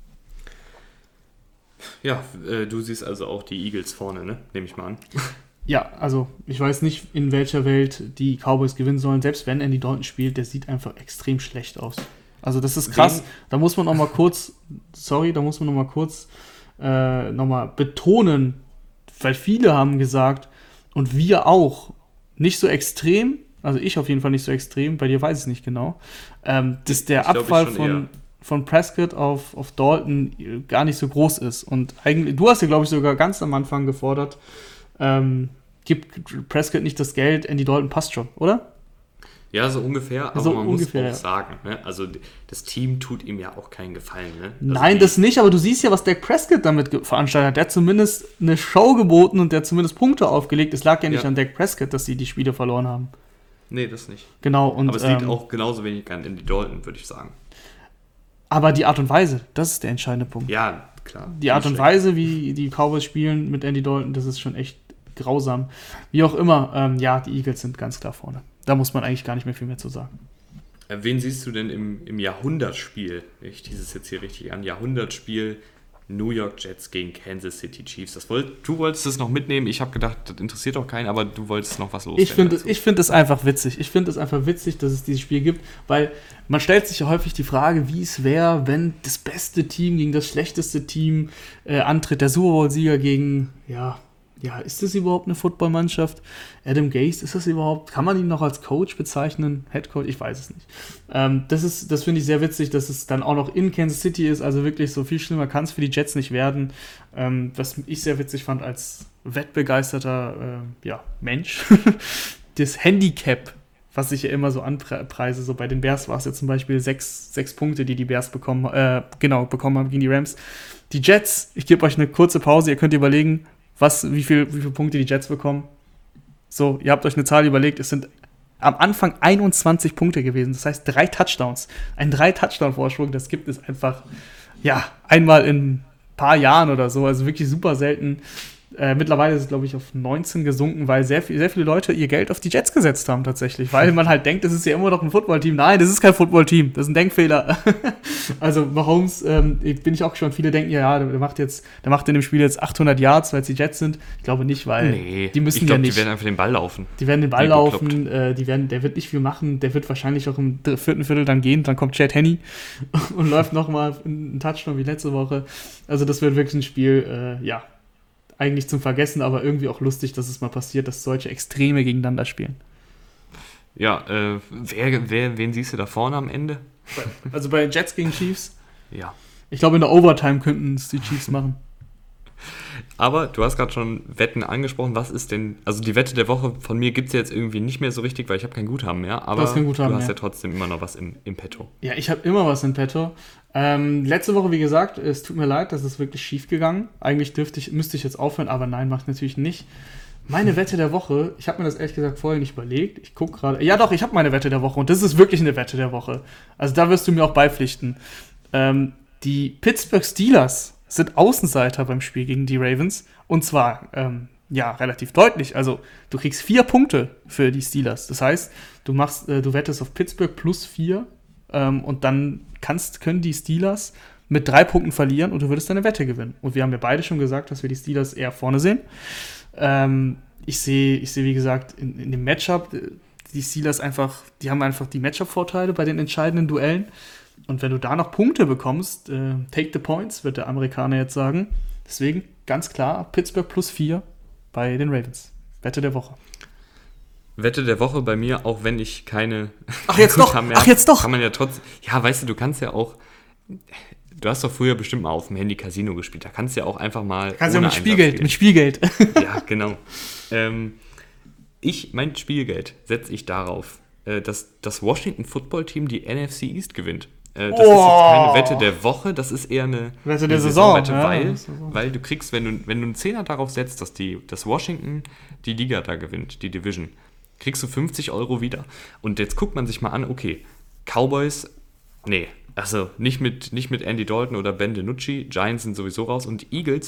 Ja, äh, du siehst also auch die Eagles vorne, ne? Nehme ich mal an. Ja, also ich weiß nicht, in welcher Welt die Cowboys gewinnen sollen. Selbst wenn Andy Dalton spielt, der sieht einfach extrem schlecht aus. Also das ist krass. Wen? Da muss man auch mal kurz, sorry, da muss man noch mal kurz äh, noch mal betonen, weil viele haben gesagt, und wir auch, nicht so extrem, also ich auf jeden Fall nicht so extrem, bei dir weiß ich es nicht genau, ähm, dass der Abfall von, von Prescott auf, auf Dalton gar nicht so groß ist. Und eigentlich, du hast ja, glaube ich, sogar ganz am Anfang gefordert, ähm, gibt Prescott nicht das Geld, Andy Dalton passt schon, oder? Ja, so ungefähr, aber so man ungefähr, muss auch ja. sagen, ne? Also das Team tut ihm ja auch keinen Gefallen. Ne? Also Nein, das nicht, aber du siehst ja, was Dak Prescott damit ge- veranstaltet hat. Der hat zumindest eine Show geboten und der hat zumindest Punkte aufgelegt. Es lag ja nicht ja. an Dak Prescott, dass sie die Spiele verloren haben. Nee, das nicht. Genau. Und, aber es liegt ähm, auch genauso wenig an Andy Dalton, würde ich sagen. Aber die Art und Weise, das ist der entscheidende Punkt. Ja, klar. Die Art und Weise, wie die Cowboys spielen mit Andy Dalton, das ist schon echt grausam. Wie auch immer, ähm, ja, die Eagles sind ganz klar vorne. Da muss man eigentlich gar nicht mehr viel mehr zu sagen. Wen siehst du denn im, im Jahrhundertspiel, ich tease es jetzt hier richtig an, Jahrhundertspiel New York Jets gegen Kansas City Chiefs? Das wollt, du wolltest es noch mitnehmen, ich habe gedacht, das interessiert auch keinen, aber du wolltest noch was loswerden. Ich finde es find einfach witzig. Ich finde es einfach witzig, dass es dieses Spiel gibt, weil man stellt sich ja häufig die Frage, wie es wäre, wenn das beste Team gegen das schlechteste Team äh, antritt, der Super Bowl-Sieger gegen, ja, Ja, ist das überhaupt eine Footballmannschaft? Adam Gase, ist das überhaupt? Kann man ihn noch als Coach bezeichnen? Head Coach? Ich weiß es nicht. Ähm, das ist, das finde ich sehr witzig, dass es dann auch noch in Kansas City ist. Also wirklich so viel schlimmer kann es für die Jets nicht werden. Ähm, was ich sehr witzig fand als wettbegeisterter äh, ja, Mensch. Das Handicap, was ich ja immer so anpreise. So bei den Bears war es ja zum Beispiel sechs, sechs Punkte, die die Bears bekommen, äh, genau, bekommen haben gegen die Rams. Die Jets, ich gebe euch eine kurze Pause, ihr könnt überlegen, Was, wie, viel, wie viele Punkte die Jets bekommen. So, ihr habt euch eine Zahl überlegt, es sind am Anfang einundzwanzig Punkte gewesen. Das heißt, drei Touchdowns. Ein drei-Touchdown-Vorsprung, das gibt es einfach, ja, einmal in ein paar Jahren oder so. Also wirklich super selten. Äh, mittlerweile ist es, glaube ich, auf neunzehn gesunken, weil sehr, viel, sehr viele Leute ihr Geld auf die Jets gesetzt haben tatsächlich. Weil man halt denkt, das ist ja immer noch ein Footballteam. Nein, das ist kein Footballteam. Das ist ein Denkfehler. Also Mahomes, ähm, bin ich auch gespannt. Viele denken, ja, ja, der macht jetzt, der macht in dem Spiel jetzt achthundert Yards, weil es die Jets sind. Ich glaube nicht, weil nee, die müssen ich glaub, ja nicht. Die werden einfach den Ball laufen. Die werden den Ball laufen. Äh, die werden, der wird nicht viel machen. Der wird wahrscheinlich auch im vierten Viertel dann gehen. Dann kommt Chad Henne und läuft nochmal einen Touchdown wie letzte Woche. Also das wird wirklich ein Spiel, äh, ja, eigentlich zum Vergessen, aber irgendwie auch lustig, dass es mal passiert, dass solche Extreme gegeneinander spielen. Ja, äh, wer, wer, wen siehst du da vorne am Ende? Also bei Jets gegen Chiefs? Ja. Ich glaube, in der Overtime könnten es die Chiefs machen. Aber du hast gerade schon Wetten angesprochen. Was ist denn, also die Wette der Woche von mir gibt es ja jetzt irgendwie nicht mehr so richtig, weil ich habe kein Guthaben mehr. Aber du hast, kein Guthaben du hast mehr. ja trotzdem immer noch was im, im Petto. Ja, ich habe immer was im Petto. Ähm, letzte Woche, wie gesagt, es tut mir leid, das ist wirklich schief gegangen. Eigentlich dürfte ich, müsste ich jetzt aufhören, aber nein, mache ich natürlich nicht. Meine Wette der Woche, ich habe mir das ehrlich gesagt vorher nicht überlegt. Ich gucke gerade. Ja doch, ich habe meine Wette der Woche und das ist wirklich eine Wette der Woche. Also da wirst du mir auch beipflichten. Ähm, die Pittsburgh Steelers sind Außenseiter beim Spiel gegen die Ravens. Und zwar, ähm, ja, relativ deutlich. Also du kriegst vier Punkte für die Steelers. Das heißt, du machst, äh, du wettest auf Pittsburgh plus vier ähm, und dann kannst, können die Steelers mit drei Punkten verlieren und du würdest deine Wette gewinnen. Und wir haben ja beide schon gesagt, dass wir die Steelers eher vorne sehen. Ähm, ich sehe, ich sehe, wie gesagt, in, in dem Matchup, die Steelers einfach, die haben einfach die Matchup-Vorteile bei den entscheidenden Duellen. Und wenn du da noch Punkte bekommst, äh, take the points, wird der Amerikaner jetzt sagen. Deswegen ganz klar, Pittsburgh plus vier bei den Ravens. Wette der Woche. Wette der Woche bei mir, auch wenn ich keine... Ach, jetzt doch! mehr, Ach, jetzt doch! Kann man ja trotzdem... Ja, weißt du, du kannst ja auch... Du hast doch früher bestimmt mal auf dem Handy Casino gespielt. Da kannst du ja auch einfach mal... Kannst du ja mit Spielgeld, mit Spielgeld. Ja, genau. ähm, ich, mein Spielgeld setze ich darauf, äh, dass das Washington Football Team die N F C East gewinnt. Äh, das oh. ist jetzt keine Wette der Woche, das ist eher eine Wette der Saison. Saisonwette, ja, weil, Saison. weil du kriegst, wenn du, wenn du einen Zehner darauf setzt, dass die, das Washington die Liga da gewinnt, die Division, kriegst du fünfzig Euro wieder. Und jetzt guckt man sich mal an, okay, Cowboys, nee, also nicht mit, nicht mit Andy Dalton oder Ben DiNucci, Giants sind sowieso raus und die Eagles,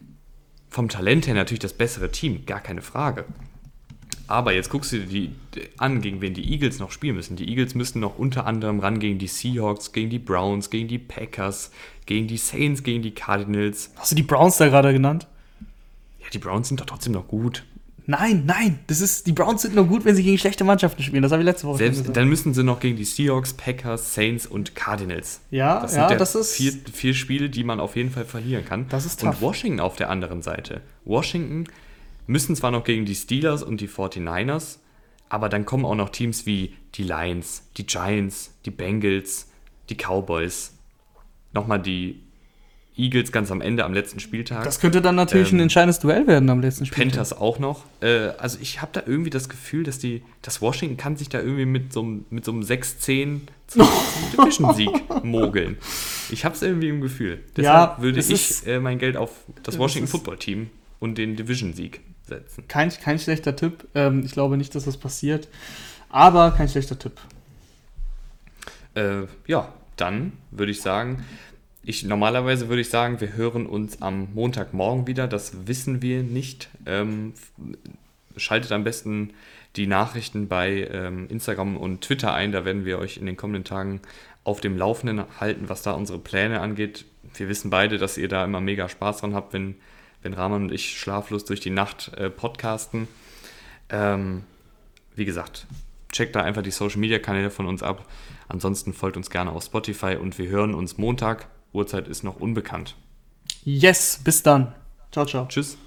vom Talent her natürlich das bessere Team, gar keine Frage. Aber jetzt guckst du dir die an, gegen wen die Eagles noch spielen müssen. Die Eagles müssten noch unter anderem ran gegen die Seahawks, gegen die Browns, gegen die Packers, gegen die Saints, gegen die Cardinals. Hast du die Browns da gerade genannt? Ja, die Browns sind doch trotzdem noch gut. Nein, nein, das ist, die Browns sind nur gut, wenn sie gegen schlechte Mannschaften spielen. Das habe ich letzte Woche Selbst, schon gesagt. Dann müssen sie noch gegen die Seahawks, Packers, Saints und Cardinals. Ja, das ja, sind ja das ist... Vier, vier Spiele, die man auf jeden Fall verlieren kann. Das ist tough. Und Washington auf der anderen Seite. Washington müssen zwar noch gegen die Steelers und die forty-niners, aber dann kommen auch noch Teams wie die Lions, die Giants, die Bengals, die Cowboys, nochmal die Eagles ganz am Ende, am letzten Spieltag. Das könnte dann natürlich ähm, ein entscheidendes Duell werden am letzten Spieltag. Panthers auch noch. Äh, also ich habe da irgendwie das Gefühl, dass die, das Washington kann sich da irgendwie mit so, mit so einem sechs zehn zum Division-Sieg mogeln. Ich habe es irgendwie im Gefühl. Deshalb ja, würde ich ist, äh, mein Geld auf das Washington Football Team und den Division-Sieg setzen. Kein, kein schlechter Tipp. Ähm, ich glaube nicht, dass das passiert. Aber kein schlechter Tipp. Äh, ja, dann würde ich sagen, ich, normalerweise würde ich sagen, wir hören uns am Montagmorgen wieder. Das wissen wir nicht. Ähm, schaltet am besten die Nachrichten bei ähm, Instagram und Twitter ein. Da werden wir euch in den kommenden Tagen auf dem Laufenden halten, was da unsere Pläne angeht. Wir wissen beide, dass ihr da immer mega Spaß dran habt, wenn wenn Rahman und ich schlaflos durch die Nacht äh, podcasten. Ähm, wie gesagt, checkt da einfach die Social-Media-Kanäle von uns ab. Ansonsten folgt uns gerne auf Spotify und wir hören uns Montag. Uhrzeit ist noch unbekannt. Yes, bis dann. Ciao, ciao. Tschüss.